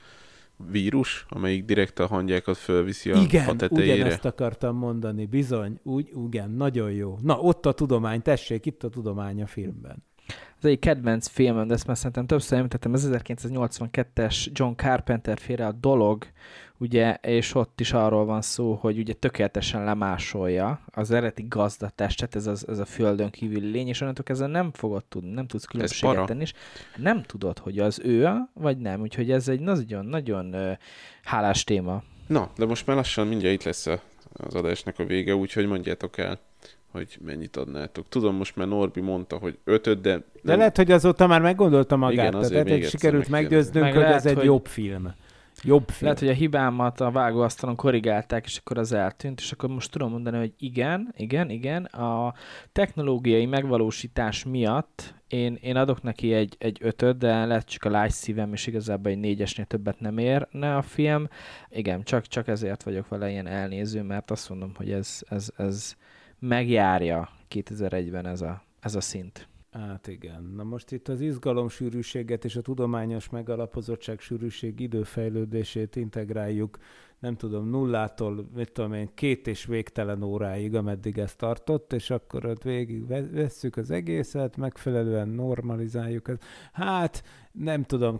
vírus, amelyik direkt a hangyákat fölviszi a igen, fa tetejére. Igen, ugyanezt akartam mondani, bizony, úgy, igen, nagyon jó. Na, ott a tudomány, tessék, itt a tudomány a filmben. Az egy kedvenc filmem, de ezt már szerintem többször említettem, az ezerkilencszáznyolcvankettes John Carpenter féle A Dolog, ugye, és ott is arról van szó, hogy ugye tökéletesen lemásolja az eredeti gazdatestet, ez, az, ez a földön kívüli lény, és onnantól kezdve nem fogod tudni, nem tudsz különbséget tenni, és nem tudod, hogy az ő, vagy nem, úgyhogy ez egy nagyon, nagyon uh, hálás téma. Na, de most már lassan mindjárt itt lesz az adásnak a vége, úgyhogy mondjátok el, hogy mennyit adnátok. Tudom, most már Norbi mondta, hogy ötöt, de... Nem... De lehet, hogy azóta már meggondolta magát, igen, tehát hogy sikerült meggyőznünk, meg hogy lehet, ez egy hogy... jobb film. Jobb film. Lehet, hogy a hibámat a vágóasztalon korrigálták, és akkor az eltűnt, és akkor most tudom mondani, hogy igen, igen, igen, a technológiai megvalósítás miatt én, én adok neki egy, egy ötöt, de lehet csak a lágy szívem, és igazából egy négyesnél többet nem érne a film. Igen, csak, csak ezért vagyok vele ilyen elnéző, mert azt mondom, hogy ez, ez, ez megjárja kétezer-egyben ez a, ez a szint. Hát igen. Na most itt az izgalomsűrűséget és a tudományos megalapozottság sűrűség időfejlődését integráljuk, nem tudom, nullától, mit tudom én, két és végtelen óráig, ameddig ez tartott, és akkor ott végig vesszük az egészet, megfelelően normalizáljuk. Hát, nem tudom,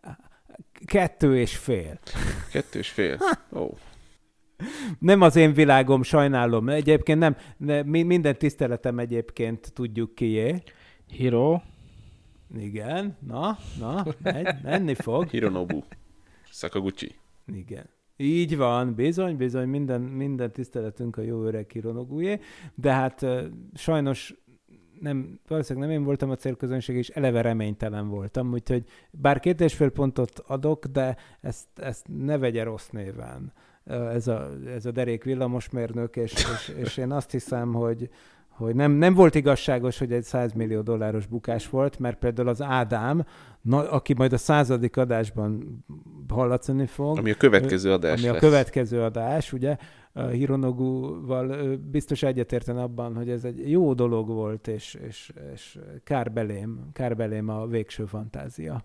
kettő és fél. Kettő és fél? Ó. Oh. Nem az én világom, sajnálom. Egyébként nem, ne, minden tiszteletem egyébként tudjuk kié. Hiro. Igen, na, na, megy, menni fog. Hironobu. Sakaguchi. Igen. Így van, bizony, bizony, minden, minden tiszteletünk a jó öreg Hironobué, de hát uh, sajnos nem, valószínűleg nem én voltam a célközönség, és eleve reménytelen voltam, úgyhogy bár két és fél pontot adok, de ezt, ezt ne vegye rossz néven. Ez a, ez a derék villamosmérnök, és, és, és én azt hiszem, hogy, hogy nem, nem volt igazságos, hogy egy száz millió dolláros bukás volt, mert például az Ádám, na, aki majd a századik adásban hallatszani fog. Ami a következő adás Ami lesz. a következő adás, ugye, a Hironoguval biztos egyetérten abban, hogy ez egy jó dolog volt, és, és, és kár belém, kár belém a végső fantázia.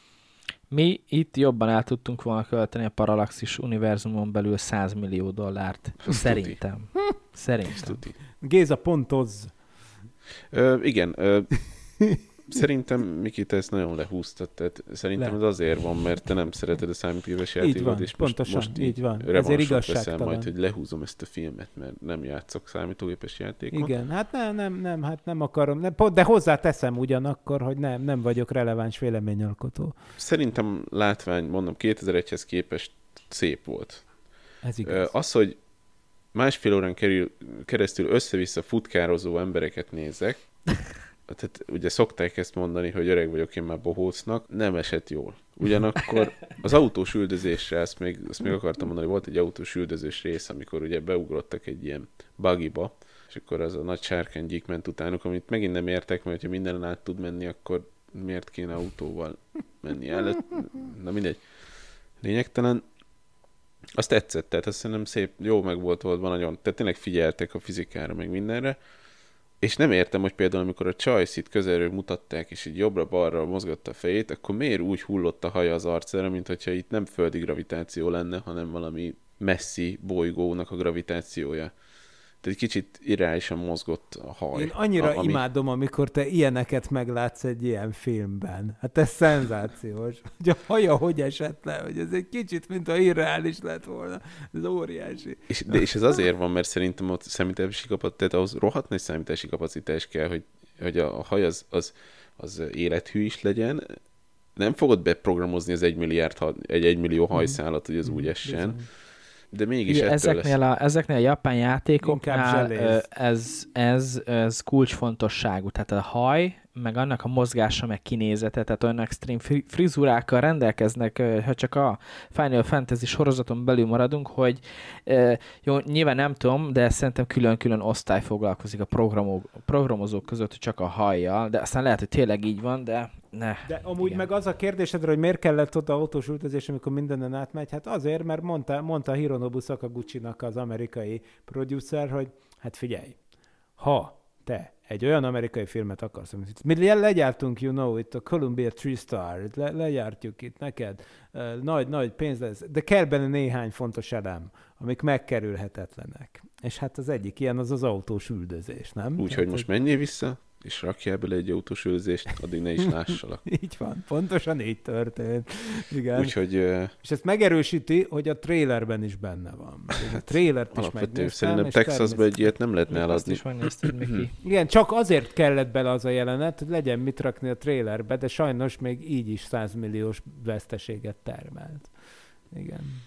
Mi itt jobban el tudtunk volna költeni a Parallaxis univerzumon belül száz millió dollárt. Szerintem. Szerintem. Géza, pontozz. Ö, igen. Ö, Szerintem, Miki, te ezt nagyon lehúztad, tehát szerintem Le. ez azért van, mert te nem szereted a számítógépes Így játékot, van, és pontosan, most, most így van. Ezért revansot veszel igazságtalan. majd, hogy lehúzom ezt a filmet, mert nem játszok számítógépes játékot. Igen, hát nem, nem, nem, hát nem akarom, nem, pont, de hozzáteszem ugyanakkor, hogy nem, nem vagyok releváns véleményalkotó. Szerintem látvány, mondom, kétezer-egyhez képest szép volt. Ez igaz. Ö, Az, hogy másfél órán kerül, keresztül össze-vissza futkározó embereket nézek, tehát ugye szokták ezt mondani, hogy öreg vagyok én már bohócnak, nem esett jól. Ugyanakkor az autós üldözésre, azt még, azt még akartam mondani, volt egy autós üldözés rész, amikor ugye beugrottak egy ilyen buggyba, és akkor az a nagy sárkánygyík ment utánuk, amit megint nem értek, mert ha mindenen át tud menni, akkor miért kéne autóval menni el? Na mindegy. Lényegtelen. Azt tetszett, tehát azt szerintem szép, jó meg volt oldva nagyon, tehát tényleg figyeltek a fizikára, meg mindenre, és nem értem, hogy például amikor a Choice-it közelről mutatták, és így jobbra-balra mozgatta a fejét, akkor miért úgy hullott a haja az arcára, mint hogyha itt nem földi gravitáció lenne, hanem valami messzi bolygónak a gravitációja. Tehát egy kicsit irreálisan mozgott a haj. Én annyira a, ami... imádom, amikor te ilyeneket meglátsz egy ilyen filmben. Hát ez szenzációs. Hogy a haja hogy esett le, hogy ez egy kicsit, mint a irreális lett volna. Ez óriási. És, de, és ez azért van, mert szerintem ott számítási kapacitás, tehát ahhoz rohadt nagy számítási kapacitás kell, hogy, hogy a, a haj az, az, az élethű is legyen. Nem fogod beprogramozni az egymilliárd, egy egymillió hajszálat, hogy az úgy essen. Bizony. De mégis Ugye, ettől ezeknél, lesz. a, ezeknél a japán játékoknál Inkább ö, zseléz. ez, ez, ez kulcsfontosságú. Tehát a haj, meg annak a mozgása, meg kinézete, tehát olyan extrém fri- frizurákkal rendelkeznek, ö, ha csak a Final Fantasy sorozaton belül maradunk, hogy ö, jó, nyilván nem tudom, de szerintem külön-külön osztály foglalkozik a programok, programozók között csak a hajjal, de aztán lehet, hogy tényleg így van, de ne. De amúgy Igen. meg az a kérdésedre, hogy miért kellett oda autós ültözés, amikor mindenen átmegy, hát azért, mert mondta, mondta Hironobu Sakaguchi-nak az amerikai producer, hogy hát figyelj, ha te egy olyan amerikai filmet akarsz, amit mi le- legyártunk, you know, itt a Columbia Three Star, le- legyártjuk itt neked, uh, nagy, nagy pénz lesz, de kell benne néhány fontos elem, amik megkerülhetetlenek. És hát az egyik ilyen az az autós üldözés, nem? Úgyhogy most menjél vissza, és rakjál bele egy autós őrzést, addig ne is lássalak. Így van, pontosan így történt. Igen. Úgyhogy uh, És ezt megerősíti, hogy a trailerben is benne van. A trailert is alapvetően megnéztem. szerintem és Texasban természetesen- egy ilyet nem lehetne Azt eladni. is megnézted, Miki. Igen, csak azért kellett bele az a jelenet, hogy legyen mit rakni a trailerbe, de sajnos még így is százmilliós veszteséget termelt. Igen.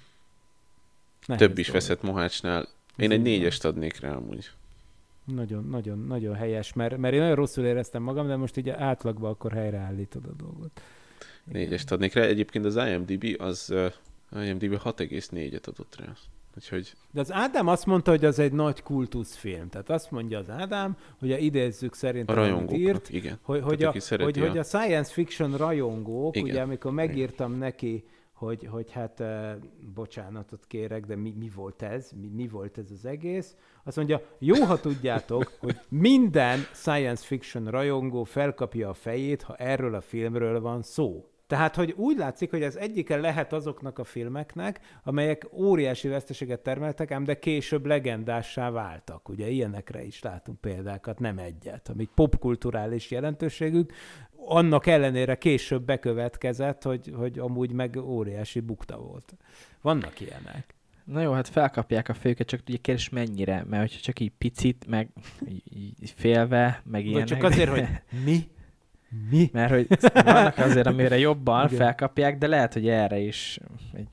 Nehéz Több is dolog. veszett Mohácsnál. Én Ez egy így van. négyest adnék rá amúgy. Nagyon, nagyon, nagyon helyes, mert, mert én nagyon rosszul éreztem magam, de most így átlagban akkor helyreállítod a dolgot. Igen. Négyest adnék rá. Egyébként az IMDb az uh, IMDb hat egész négyet adott rá. Úgyhogy De az Ádám azt mondta, hogy az egy nagy kultuszfilm. Tehát azt mondja az Ádám, hogy a idézzük a szerintem, amit rajongóknak, írt, igen. hogy, hogy, Tehát, a, aki szereti hogy, a- hogy a science fiction rajongók, Igen. ugye amikor megírtam neki, hogy, hogy hát uh, bocsánatot kérek, de mi, mi volt ez? Mi, mi volt ez az egész? Azt mondja, jó, ha tudjátok, hogy minden science fiction rajongó felkapja a fejét, ha erről a filmről van szó. Tehát, hogy úgy látszik, hogy ez egyike lehet azoknak a filmeknek, amelyek óriási veszteséget termeltek, ám de később legendássá váltak. Ugye ilyenekre is látunk példákat, nem egyet, amik popkulturális jelentőségük, annak ellenére később bekövetkezett, hogy, hogy amúgy meg óriási bukta volt. Vannak ilyenek. Na jó, hát felkapják a fejüket, csak ugye kérdés mennyire, mert hogyha csak így picit, meg így, így félve, meg Vagy ilyenek. csak azért, hogy mi? Mi? Mert hogy vannak azért, amire jobban Igen. felkapják, de lehet, hogy erre is egy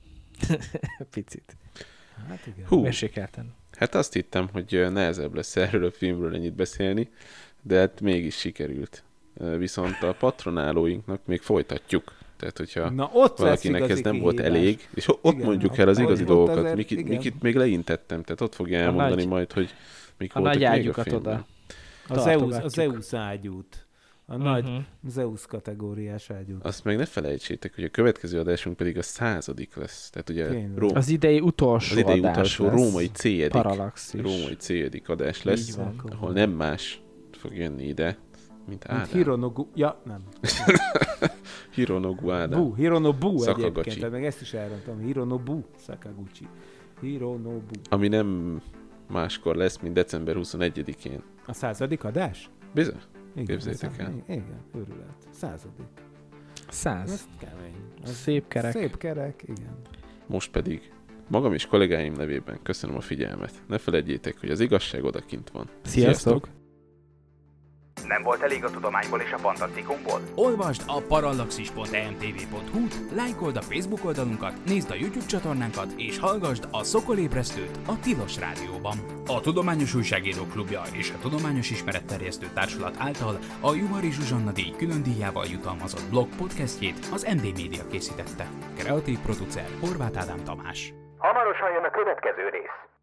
picit Hát igen. Hú, mérsékelten. hát azt hittem, hogy ö, nehezebb lesz erről a filmről ennyit beszélni, de hát mégis sikerült. Ö, Viszont a patronálóinknak még folytatjuk. Tehát, hogyha Na ott lesz valakinek igazi ez nem volt kihívás. elég, és ott Igen, mondjuk el az ott- igazi ott dolgokat. azért- Mikit, igen. Mikit még leintettem, tehát ott fogja A elmondani nagy- majd, hogy mik A voltak nagy még a ágyukat filmben. oda. Az Zeus, az tartogatjuk. Zeus ágyút. A nagy Mhm. Zeus kategóriás ágyút. Azt meg ne felejtsétek, hogy a következő adásunk pedig a századik lesz. Tehát ugye Tényleg. Róm, Az idei utolsó az idei adás utolsó lesz. római céljedik, Parallaxis. római céljedik adás lesz, Így van. ahol nem más fog jönni ide, mint Mint Ádám. Hironogu... Ja, nem. Hironogu Ádám. Bu, Hironobu Sakaguchi. egyébként, tehát meg ezt is elrontom. Hironobu Sakaguchi. Hironobu. Ami nem máskor lesz, mint december huszonegyedikén. A századik adás? Bizony? Igen, Képzeljétek ez- el. Igen, őrület. Századik. Száz. Ez kemény. Ez Szép kerek. Szép kerek, igen. Most pedig magam és kollégáim nevében köszönöm a figyelmet. Ne feledjétek, hogy az igazság odakint van. Sziasztok! Nem volt elég a tudományból és a fantasztikumból? Olvasd a parallaxis pont e m t v pont h u-t, lájkold a Facebook oldalunkat, nézd a YouTube csatornánkat, és hallgasd a Szokolébresztőt a Tilos Rádióban. A Tudományos Újságírók Klubja és a Tudományos Ismeretterjesztő Társulat által a Juhari Zsuzsanna díj külön díjával jutalmazott blog podcastjét az em dé Media készítette. Kreatív producer Horváth Ádám Tamás. Hamarosan jön a következő rész.